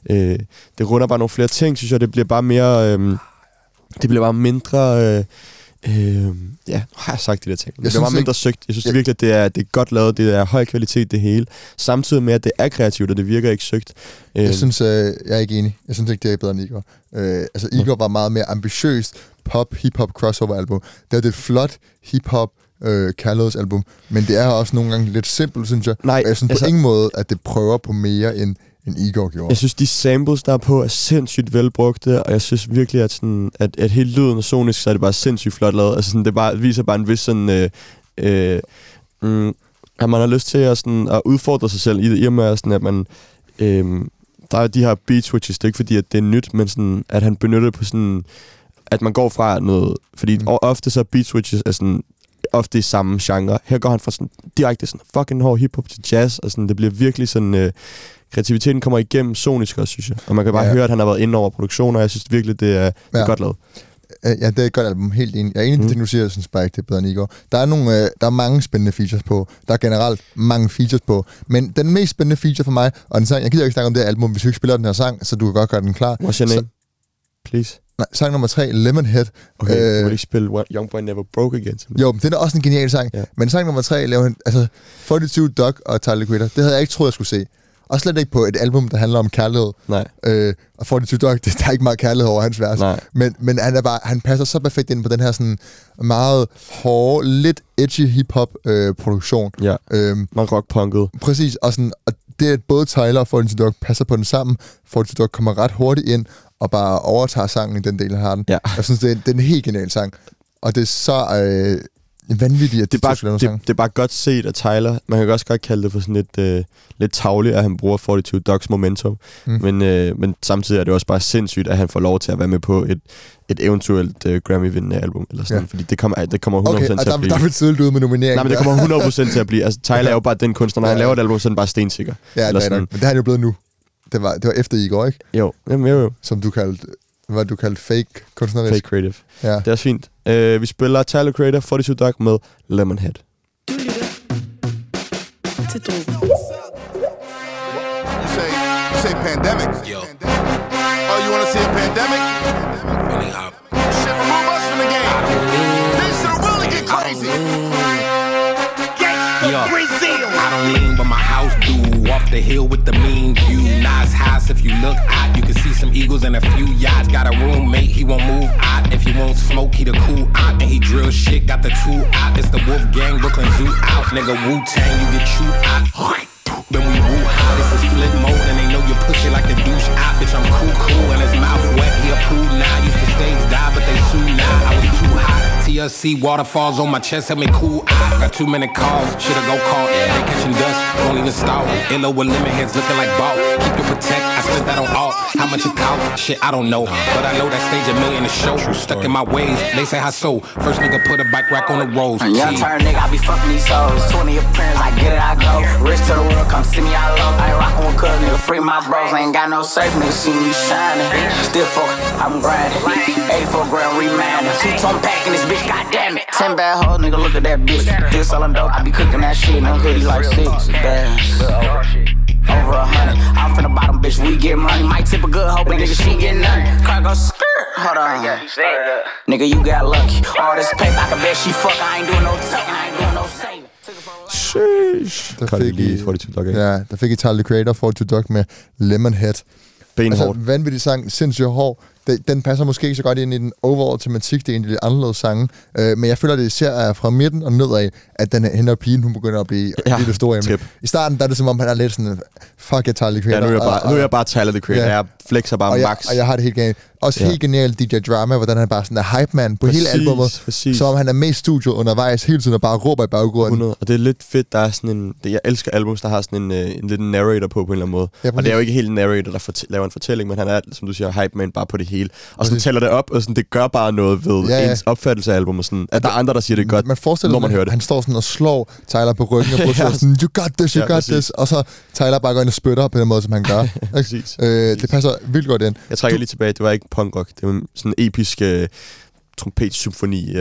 det runder bare nogle flere ting, synes jeg, det bliver bare mere, det bliver bare mindre... Ja, har jeg sagt de der ting. Jeg Det er meget mindre søgt. Jeg synes virkelig, at det er godt lavet. Det er høj kvalitet, det hele. Samtidig med, at det er kreativt, og det virker ikke søgt. Jeg synes, jeg er ikke enig. Jeg synes ikke, det er bedre end Igor. Igor var meget mere ambitiøst hip-hop crossover-album. Det er et flot hip-hop kærlighedsalbum, men det er også nogle gange lidt simpelt, synes jeg. Nej, jeg synes på ingen måde, at det prøver på mere end Igor gjorde. Jeg synes, de samples, der er på, er sindssygt velbrugte, og jeg synes virkelig, at hele lyden og sonisk, så er det bare sindssygt flot lavet. Altså sådan, det viser bare en vis sådan... at man har lyst til at udfordre sig selv i og med, sådan, at man... der er de her beat switches, det er ikke fordi, at det er nyt, men sådan, at han benytter på sådan... At man går fra noget... Fordi ofte så beat switches er sådan... ofte i samme genre. Her går han fra sådan direkte sådan fucking hård hiphop til jazz, og sådan, det bliver virkelig sådan... kreativiteten kommer igennem sonisk også, synes jeg. Og man kan bare høre, at han har været inde over produktion, og jeg synes virkelig, det er godt lavet. Ja, det er et godt album, helt enig. Jeg er enig i det, du siger, jeg synes bare ikke, det er bedre end Igor. Der er mange spændende features på. Der er generelt mange features på. Men den mest spændende feature for mig, og den sang, jeg gider ikke snakke om det album, hvis du ikke spiller den her sang, så du kan godt gøre den klar. What's your name? Please. Nej, sang nummer 3, Lemonhead. Okay, du vil ikke spille Young Boy Never Broke Again? Jo, det er også en genial sang. Yeah. Men sang nummer 3 laver han, 42 Dugg og Tyler, the Creator. Det havde jeg ikke troet, jeg skulle se. Og slet ikke på et album, der handler om kærlighed. Nej. Og 42 Dugg, der er ikke meget kærlighed over hans vers. Nej. Men han passer så perfekt ind på den her sådan meget hårde, lidt edgy hip-hop produktion. Ja, man rock-punket. Præcis, og det at både Tyler og 42 Dugg passer på den sammen. 42 Dugg kommer ret hurtigt ind og bare overtager sangen i den del, han har den. Ja. Jeg synes, det er en helt genial sang. Og det er så vanvittigt, at det er bare godt set af Tyler. Man kan også godt kalde det for sådan lidt tavligt, at han bruger 42 Duggs momentum. Men samtidig er det også bare sindssygt, at han får lov til at være med på et eventuelt Grammy-vindende album. Eller sådan, fordi det kommer 100% til at blive. Der er tidligt ud med nomineringen. Nej, men det kommer 100% til at blive. Altså, Tyler er jo bare den kunstner, når han laver et album, så er den bare stensikker. Ja, det er nok. Men det har han jo blevet nu. Det var efter Igor, ikke? Jo. Jo. Som du kaldte... Hvad du kaldte fake kunstnerisk. Fake creative. Ja. Det er også fint. Vi spiller Tyler, Creator, 42 Dugg med Lemonhead. Du lytter til Drogen. You say pandemic. Yo. Oh, you want to see a pandemic? Shit, remove us from the game. This shit really get crazy. I don't lean, but my house do. Off the hill with the mean view. Nice house, if you look out, you can see some eagles and a few yachts. Got a roommate, he won't move out. If he won't smoke, he the cool out. And he drill shit, got the two out. It's the Wolf Gang, Brooklyn Zoo out. Nigga Wu-Tang, you get chewed out. Then we woo out, this is flip mode. And they know you push it like the douche out. Bitch, I'm cool, and his mouth wet, he a pool now. Used to stage die, but they sue now. I was too hot. TLC waterfalls on my chest, help me cool out. Got too many calls, shoulda go call. They catching dust, won't even stall. Illo with lemon heads looking like ball. Keep it protect, I spent that on all. How much it cost? Shit, I don't know. But I know that stage $1 million a show. Stuck in my ways, they say how so. First nigga put a bike rack on the rolls. Young turn nigga, I be fucking these hoes. 20 appearance, I get it, I go. Rich to the world, come see me, I love. I ain't rockin' with cuz, nigga, free my bros. Ain't got no safe, nigga, see me shining. Still fuck, I'm grinding. 84 grand remanding. 2-ton pack in this bitch, goddamn it. 10 bad hoes, nigga, look at that bitch. Still selling dope, I be cooking that shit. No hoodie like 6 bands. Over 100. I'm from the bottom, bitch, we get money. Might tip a good hoe, but nigga, she get nothing. Car go skirt, hold on. Nigga, you got lucky. All this paper, I can bet she fuck. I ain't doing no tucking, I ain't doing no saving. Sheesh. Der fik I Tyler, the Creator, 42 Dugg med Lemonhead. Benhårdt. Altså, vanvittig sang, sindssygt hård. Den passer måske ikke så godt ind i den overall tematik, det er egentlig lidt anderledes sange. Men jeg føler, det især er fra midten og nedad, at den hende og pigen, hun begynder at blive lidt stor emne. I starten der er det som om, han er lidt sådan, fuck jeg Tyler, the Creator. Ja, nu er jeg bare Tyler, the Creator. Jeg flexer bare max. Og jeg har det helt genialt. Også helt genialt DJ Drama, hvordan han bare sådan er hype man på hele albumet. Så om han er med i studiet undervejs hele tiden og bare råber i baggrunden. 100. Og det er lidt fedt, der er sådan en... Jeg elsker albums, der har sådan en lille narrator på en eller anden måde. Ja, og det er jo ikke helt en narrator, der laver en fortælling, men han er, som du siger, hype man bare på det hele. Og så tæller det op, og sådan, det gør bare noget ved ens opfattelse af albumet. Sådan, at der er andre, der siger det godt, man forestiller, når man hører det. Han står sådan og slår Tyler på ryggen og bruger sådan, you got this, you got this. Og så Tyler bare går ind og spytter på den måde, som han gør. Det passer vildt godt ind. Jeg trækker lige tilbage, det var ikke punkrock. Det var sådan en episk trompetsymfoni.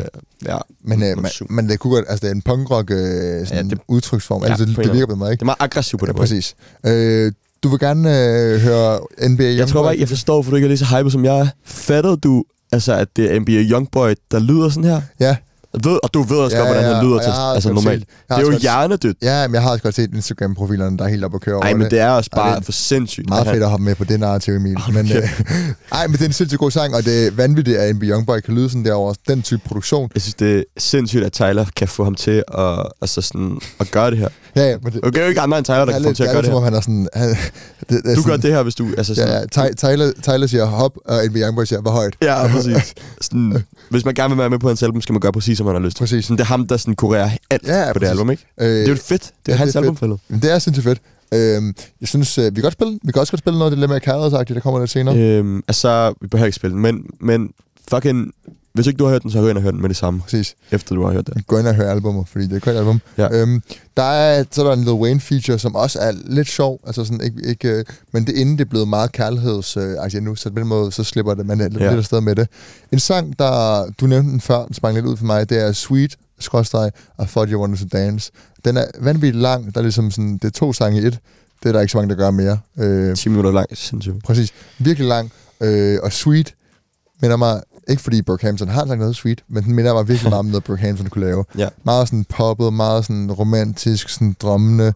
Men det kunne godt, altså det er en punkrock udtryksform. Altså det virker på mig, ikke? Det er meget aggressivt på det. Præcis. Du vil gerne høre NBA. Jeg tror bare ikke, jeg forstår, for du ikke er lige så hyped som jeg er. Fatter du, Altså, at det er NBA Youngboy, der lyder sådan her? Ja. Og du ved også godt, hvordan han lyder til, altså normalt. Det er jo hjernedødt. Ja, men jeg har også godt set Instagram-profilerne, der er helt oppe at køre over det. Nej, men det er også bare for sindssygt. Meget fedt at hoppe med på det narrativ, Emil. Men det er en sindssygt god sang, og det er vanvittigt, at NBA Youngboy kan lyde sådan derovre. Den type produktion. Jeg synes, det er sindssygt, at Tyler kan få ham til at gøre det her. Ja, men det er jo ikke andre end Tyler, der kan få ham til at gøre det her. Han er sådan, du gør det her, hvis du... Altså sådan, Tyler siger hop, og NBA Youngboy siger, hvor højt. Ja, præcis. Sådan, hvis man gerne vil være med på hans album, skal man gøre præcis, som man har lyst. Præcis. Sådan, det er ham, der sådan kurerer alt på det album, ikke? Det er jo fedt. Det er hans albumfælde. Det er sindssygt fedt. Jeg synes, vi kan også godt spille noget af det lidt mere kærlighedsagtigt, der kommer lidt senere. Altså, vi behøver ikke spille men fucking... Hvis ikke du har hørt den, så gå ind og hør den med det samme. Præcis. Efter du har hørt det. Gå ind og hør albumet, fordi det er et godt album. Ja. Så er der en Lil Wayne feature, som også er lidt sjov. Altså sådan, ikke, men det inden det er blevet meget kærlighedsagtigt nu, så på den måde, så slipper det man lidt afsted med det. En sang, der du nævnte den før, den sprang lidt ud for mig, det er Sweet / I Thought You Wanted to Dance. Den er vanvittigt lang. Der er ligesom sådan, det er 2 sange i et. Det er der ikke så mange, der gør mere. 10 minutter lang, sindssygt. Præcis. Virkelig lang. Og Sweet minder mig, ikke fordi Brockhampton har sagt noget Sweet, men den minder mig virkelig meget om noget, Brockhampton kunne lave. Ja. Meget sådan poppet, meget sådan romantisk, sådan drømmende,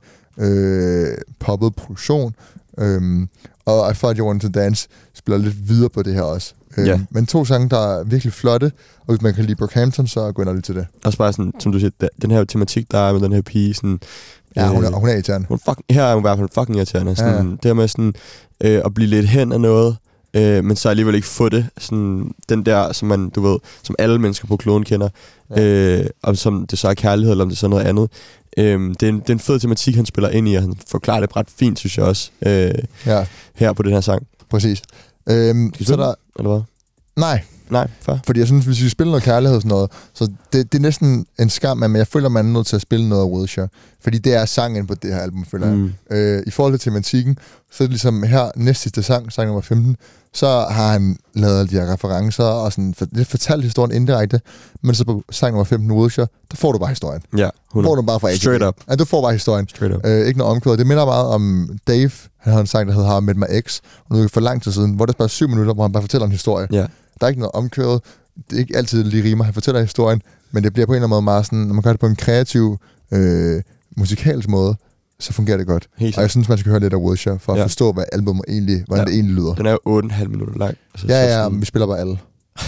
poppet produktion. Og I Thought You Wanted to Dance spiller lidt videre på det her også. Men 2 sange, der er virkelig flotte, og hvis man kan lide Brockhampton, så gå ind og lytte til det. Også bare sådan, som du siger, den her tematik, der er med den her pige, sådan... Ja, hun er irriterende. Her er hun i hvert fald fucking irriterende. Sådan, det her med sådan, at blive lidt hen af noget, men så alligevel ikke få det. Sådan, den der, som man, du ved, som alle mennesker på kloden kender, om som det så er kærlighed, eller om det er så noget andet. Det er en fed tematik, han spiller ind i, og han forklarer det ret fint, synes jeg også, her på den her sang. Præcis. Så der... Eller hvad? Nej, fair. Fordi jeg synes, hvis vi spiller noget kærlighed og sådan noget, så det er næsten en skam, men jeg føler, man er nødt til at spille noget af Wilshire. Fordi det er sangen på det her album, føler jeg. I forhold til tematikken, så er det ligesom her næstsidste sang nummer 15, så har han lavet de her referencer og sådan lidt fortalt historien indirekte, men så på sang nummer 15, Wilshire, der får du bare historien. Ja, 100. Får du bare fra Straight up. Ja, du får bare historien. Straight up. Ikke noget omkvæd. Det minder meget om Dave, han har en sang, der hedder How I Met My Ex, og nu for lang tid siden, hvor der bare 7 minutter, hvor han bare fortæller en historie. Ja. Der er ikke noget omkøret. Det er ikke altid lige rimer. Han fortæller historien, men det bliver på en eller anden måde meget sådan, når man gør det på en kreativ, musikalsk måde, så fungerer det godt. Og jeg synes, man skal høre lidt af Wilshire, for at forstå, hvad albumet egentlig, hvordan det egentlig lyder. Den er jo 8,5 minutter lang. Altså, ja, vi spiller bare alle.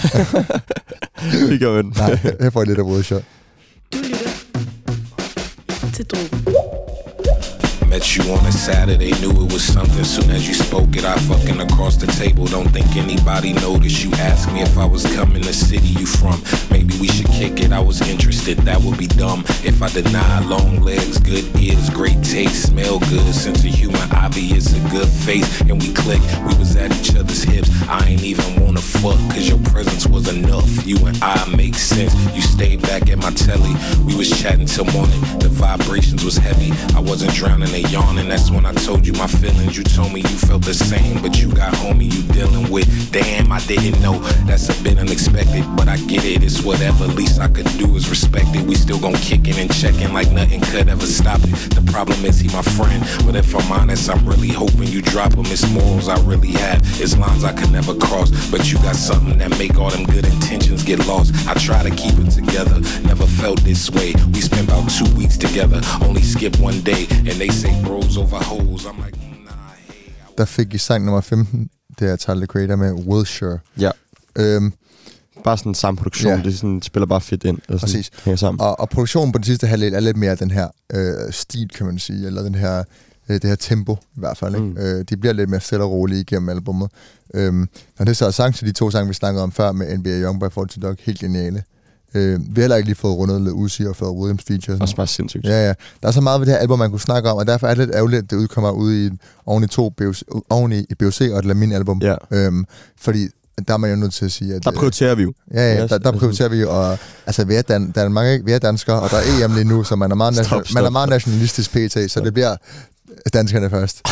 Vi gør den. Nej, her får jeg lidt af Wilshire. Du lytter til Drogen. Met you on a Saturday, knew it was something. Soon as you spoke it, I fucking across the table. Don't think anybody noticed. You asked me if I was coming the city you from. Maybe we should kick it. I was interested. That would be dumb if I deny. Long legs, good ears, great taste, smell good. Sense of humor, obvious, a good face, and we clicked. We was at each other's hips. I ain't even wanna fuck, cause your presence was enough. You and I make sense. You stayed back at my telly. We was chatting till morning. The vibrations was heavy. I wasn't drowning. Yawning, that's when I told you my feelings. You told me you felt the same, but you got homie you dealing with. Damn, I didn't know. That's a bit unexpected, but I get it. It's whatever. Least I could do is respect it. We still gon' kick it and check it like nothing could ever stop it. The problem is he my friend, but if I'm honest, I'm really hoping you drop him. It's morals I really have. It's lines I could never cross, but you got something that make all them good intentions get lost. I try to keep it together. Never felt this way. We spent about 2 weeks together. Only skip one day, and they say bros over hoes. I'm like, nah, hey. Der fik I sang nummer 15, det er Tyler, the Creator med Wilshire. Ja. Bare sådan en samproduktion, det sådan, spiller bare fedt ind. Og præcis. Hænger sammen. Og produktionen på den sidste halvdel er lidt mere den her stil, kan man sige, eller den her, det her tempo i hvert fald. Ikke? De bliver lidt mere stille og rolige igennem albumet. Når det så er sang til de 2 sange, vi snakkede om før med NBA Youngboy og 40 Dog, helt geniale. Vi har heller ikke lige fået rundet lidt Uzi og Pharrell Williams features. Også bare sindssygt. Ja. Der er så meget ved det her album, man kunne snakke om, og derfor er det lidt ærgerligt, at det udkommer ud i oven i BOC og et Lamin album. Ja. Fordi der er man jo nødt til at sige, at... Der prioriterer vi jo. Ja, der prioriterer vi jo, og altså, vi er danskere, og der er EM lige nu, så man er meget, nationalistisk pt, så det bliver danskerne først.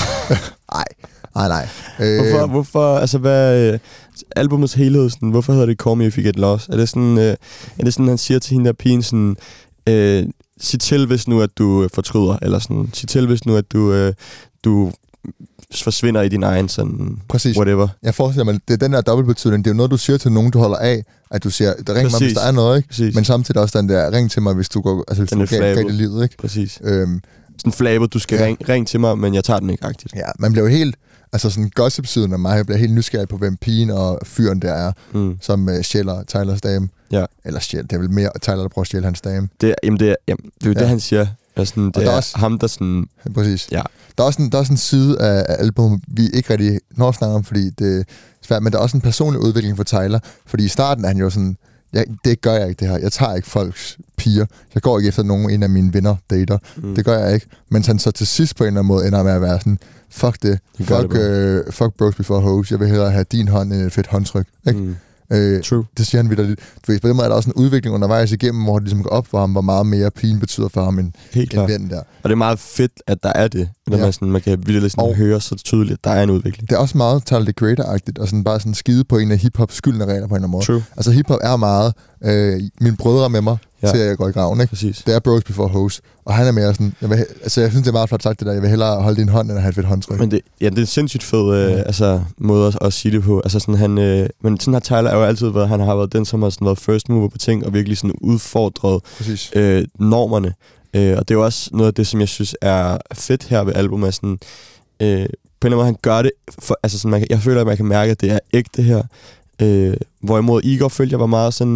Nej. Hvorfor, altså hvad... albumets helhed, sådan, hvorfor hedder det Call Me If You Get Lost? Er det sådan, han siger til hende der pigen sådan, sig til, hvis nu, at du fortryder, eller sådan, sig til, hvis nu, at du forsvinder i din egen sådan Præcis. whatever. Jeg forestiller mig, det er den der dobbeltbetydning. Det er jo noget, du siger til nogen, du holder af, at du siger, ring mig, hvis der er noget, ikke? Præcis. Men samtidig også den der, ring til mig, hvis du går, altså hvis du går galt i livet, ikke? Præcis. Sådan flabet, du skal ring til mig, men jeg tager den ikke rigtigt. Ja, man bliver jo helt, altså sådan gossip-siden af mig, jeg bliver helt nysgerrig på, hvem pigen og fyren der er, som stjæler Tylers dame. Ja. Eller stjæl, det er vel mere Tyler, der prøver at stjæle hans dame. Det er jo det, han siger. Altså, det er også ham, der sådan... Præcis. Ja. Der er også en side af albumet, vi ikke rigtig når snakker om, fordi det er svært, men der er også en personlig udvikling for Tyler, fordi i starten er han jo sådan, det gør jeg ikke det her, jeg tager ikke folks piger, jeg går ikke efter en af mine venner dater, det gør jeg ikke, men han så til sidst på en eller anden måde ender med at være sådan, fuck det, fuck bros before hoes, jeg vil hellere have din hånd end et fedt håndtryk, ikke? True. Det siger han vitterligt. På den måde er der også en udvikling undervejs igennem, hvor det ligesom går op for ham, hvor meget mere pigen betyder for ham end ven der. Og det er meget fedt, at der er det. Når man kan virkelig sådan høre så tydeligt, at der er en udvikling. Det er også meget Tyler, the Creator-agtigt, og sådan bare sådan skide på en af hip-hop skyldende regler på en eller anden måde. True. Altså hiphop er meget mine brødre med mig, til at jeg går i graven, ikke? Præcis. Det er bros before hoes. Og han er mere sådan, jeg synes, det er meget flot sagt det der, jeg vil hellere holde din hånd, end at have et fedt håndtryk. Men det er en sindssygt fed måde at sige det på. Altså sådan, men sådan har Tyler jo altid været, han har været den, som har sådan været first mover på ting, og virkelig sådan udfordret normerne. Og det er jo også noget af det, som jeg synes er fedt her ved albumet, sådan, på en eller anden måde, han gør det, altså sådan, jeg føler, at man kan mærke, at det er ægte her. Hvorimod Igor følte jeg var meget sådan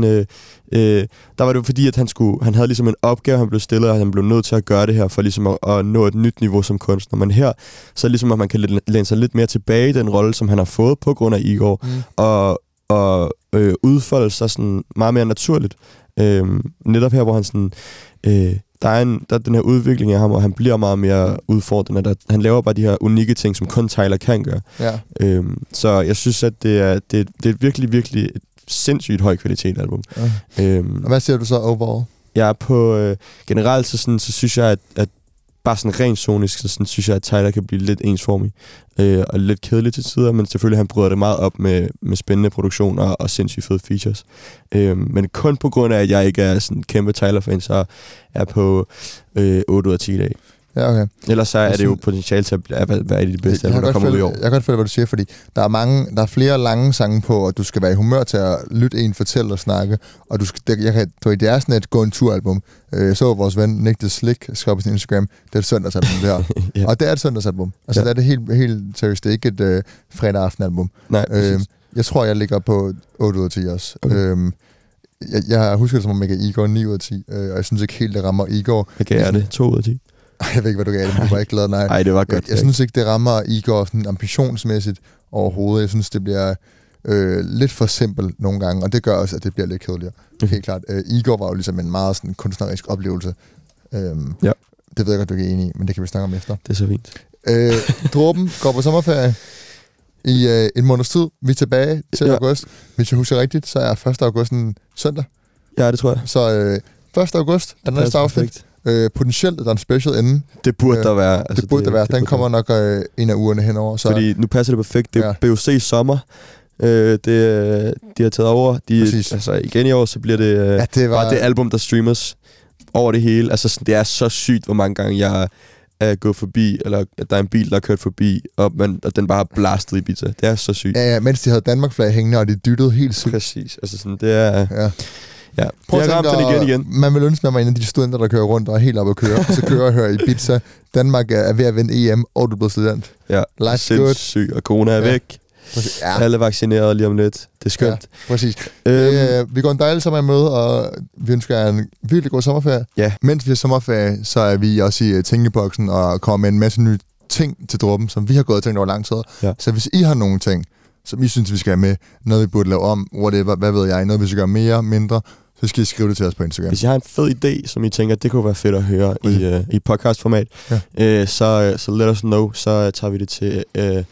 der var det jo fordi at han havde ligesom en opgave, han blev stillet, og han blev nødt til at gøre det her for ligesom at nå et nyt niveau som kunstner. Men her så er det ligesom at man kan læne sig lidt mere tilbage i den rolle, som han har fået på grund af Igor, og udfolde sig sådan meget mere naturligt. Netop her, hvor han sådan der er den her udvikling af ham, og han bliver meget mere udfordrende. Han laver bare de her unikke ting, som kun Tyler kan gøre. Ja. Så jeg synes, at det er virkelig, virkelig et sindssygt høj kvalitet album. Og hvad siger du så overall? Jeg er på generelt så synes jeg, at bare sådan rent sonisk, så sådan, synes jeg, at Tyler kan blive lidt ensformig og lidt kedelig til tider, men selvfølgelig han bryder det meget op med spændende produktioner og sindssygt fede features. Men kun på grund af, at jeg ikke er sådan en kæmpe Tyler-fan, så er på 8 ud af 10 dage. Ja, okay. Ellers så er det jo potentielt til at være et af de bedste album, der kommer ud i år. Jeg kan godt følge, hvad du siger, fordi der er flere lange sange på, og du skal være i humør til at lytte en fortælle og snakke, og det er sådan et gå en tur-album. Så vores ven Nick the Slick skrev på sin Instagram, det er et søndagsalbum, det her. Ja. Og det er et søndagsalbum. Altså det er det helt seriøst, det er ikke et fredag aftenalbum. Nej, jeg tror, jeg ligger på 8 ud af 10 også. Okay. Jeg husker det som om, jeg gav Igor 9 ud af 10, og jeg synes ikke helt, det rammer Igor. Hvad gav jeg det? 2 ud af 10? Jeg ved ikke, hvad du gav det, men du var ikke glad, nej. Nej, det var godt. Jeg synes ikke, det rammer Igor sådan ambitionsmæssigt overhovedet. Jeg synes, det bliver lidt for simpelt nogle gange, og det gør også, at det bliver lidt kedeligere. Helt klart. Igor var jo ligesom en meget sådan kunstnerisk oplevelse. Ja. Det ved jeg godt, du er enig i, men det kan vi snakke om efter. Det er så fint. Dråben går på sommerferie i en måneds tid. Vi er tilbage til august. Hvis jeg husker rigtigt, så er 1. august en søndag. Ja, det tror jeg. Så 1. august er den næste afsnit. Potentielt er der en special inden. Det burde der være. Altså, det burde der være. Den kommer nok en af ugerne henover. Så. Fordi nu passer det perfekt. Det er BOC sommer. De har taget over. Altså igen i år, så bliver det, bare det album, der streamers over det hele. Altså det er så sygt, hvor mange gange jeg er gået forbi, eller at der er en bil, der er kørt forbi, og den bare har blastet i Ibiza. Det er så sygt. Ja, mens de havde Danmark-flag hængende, og de dyttede helt sygt. Præcis. Altså sådan, det er... Ja. Prøv at tænke, igen. Man vil ønske, at man er en af de studenter, der kører rundt og er helt oppe at køre, og så kører og hører i Ibiza. Danmark er ved at vinde EM, og du er blevet student. Ja, sindssygt, og corona er væk. Ja. Alle vaccineret lige om lidt. Det er skønt. Ja, præcis. Vi går en dejlig sommer i møde, og vi ønsker jer en virkelig god sommerferie. Ja. Mens vi har sommerferie, så er vi også i tænkeboksen og kommer med en masse nye ting til Dråben, som vi har gået og tænkt over lang tid. Ja. Så hvis I har nogle ting, som I synes, vi skal have med, noget vi burde lave om, whatever, hvad ved jeg, noget vi skal gøre mere, mindre, så skal I skrive det til os på Instagram. Hvis I har en fed idé, som I tænker, det kunne være fedt at høre i podcastformat, så let us know, så tager vi det til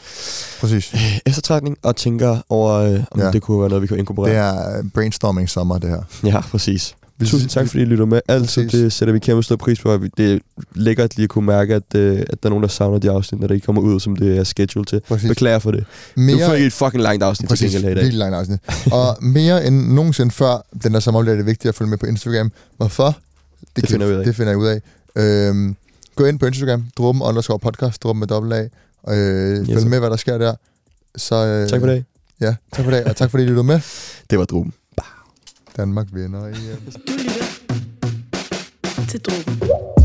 eftertragtning og tænker over, om det kunne være noget, vi kunne inkorporere. Det er brainstorming sommer, det her. Ja, præcis. Tusind tak, fordi I lytter med. Altid, det sætter vi kæmpe stor pris på. Det er lækkert lige at kunne mærke, at der er nogen, der savner de afsnit, når det ikke kommer ud, som det er schedule til. Præcis. Beklager for det. Du får ikke et fucking langt afsnit til gengæld her i dag. Virkelig langt afsnit. Og mere end nogensinde før, den der sommer bliver det vigtigt at følge med på Instagram. Hvorfor? Det finder jeg ud af. Gå ind på Instagram, Dråben_podcast, Dråben med dobbelt A, følg med, hvad der sker der. Så, tak for det. Ja, tak for det, og tak fordi I lyttede med. Det var Druben. Danmark vinder igen. Du lytter til Druben.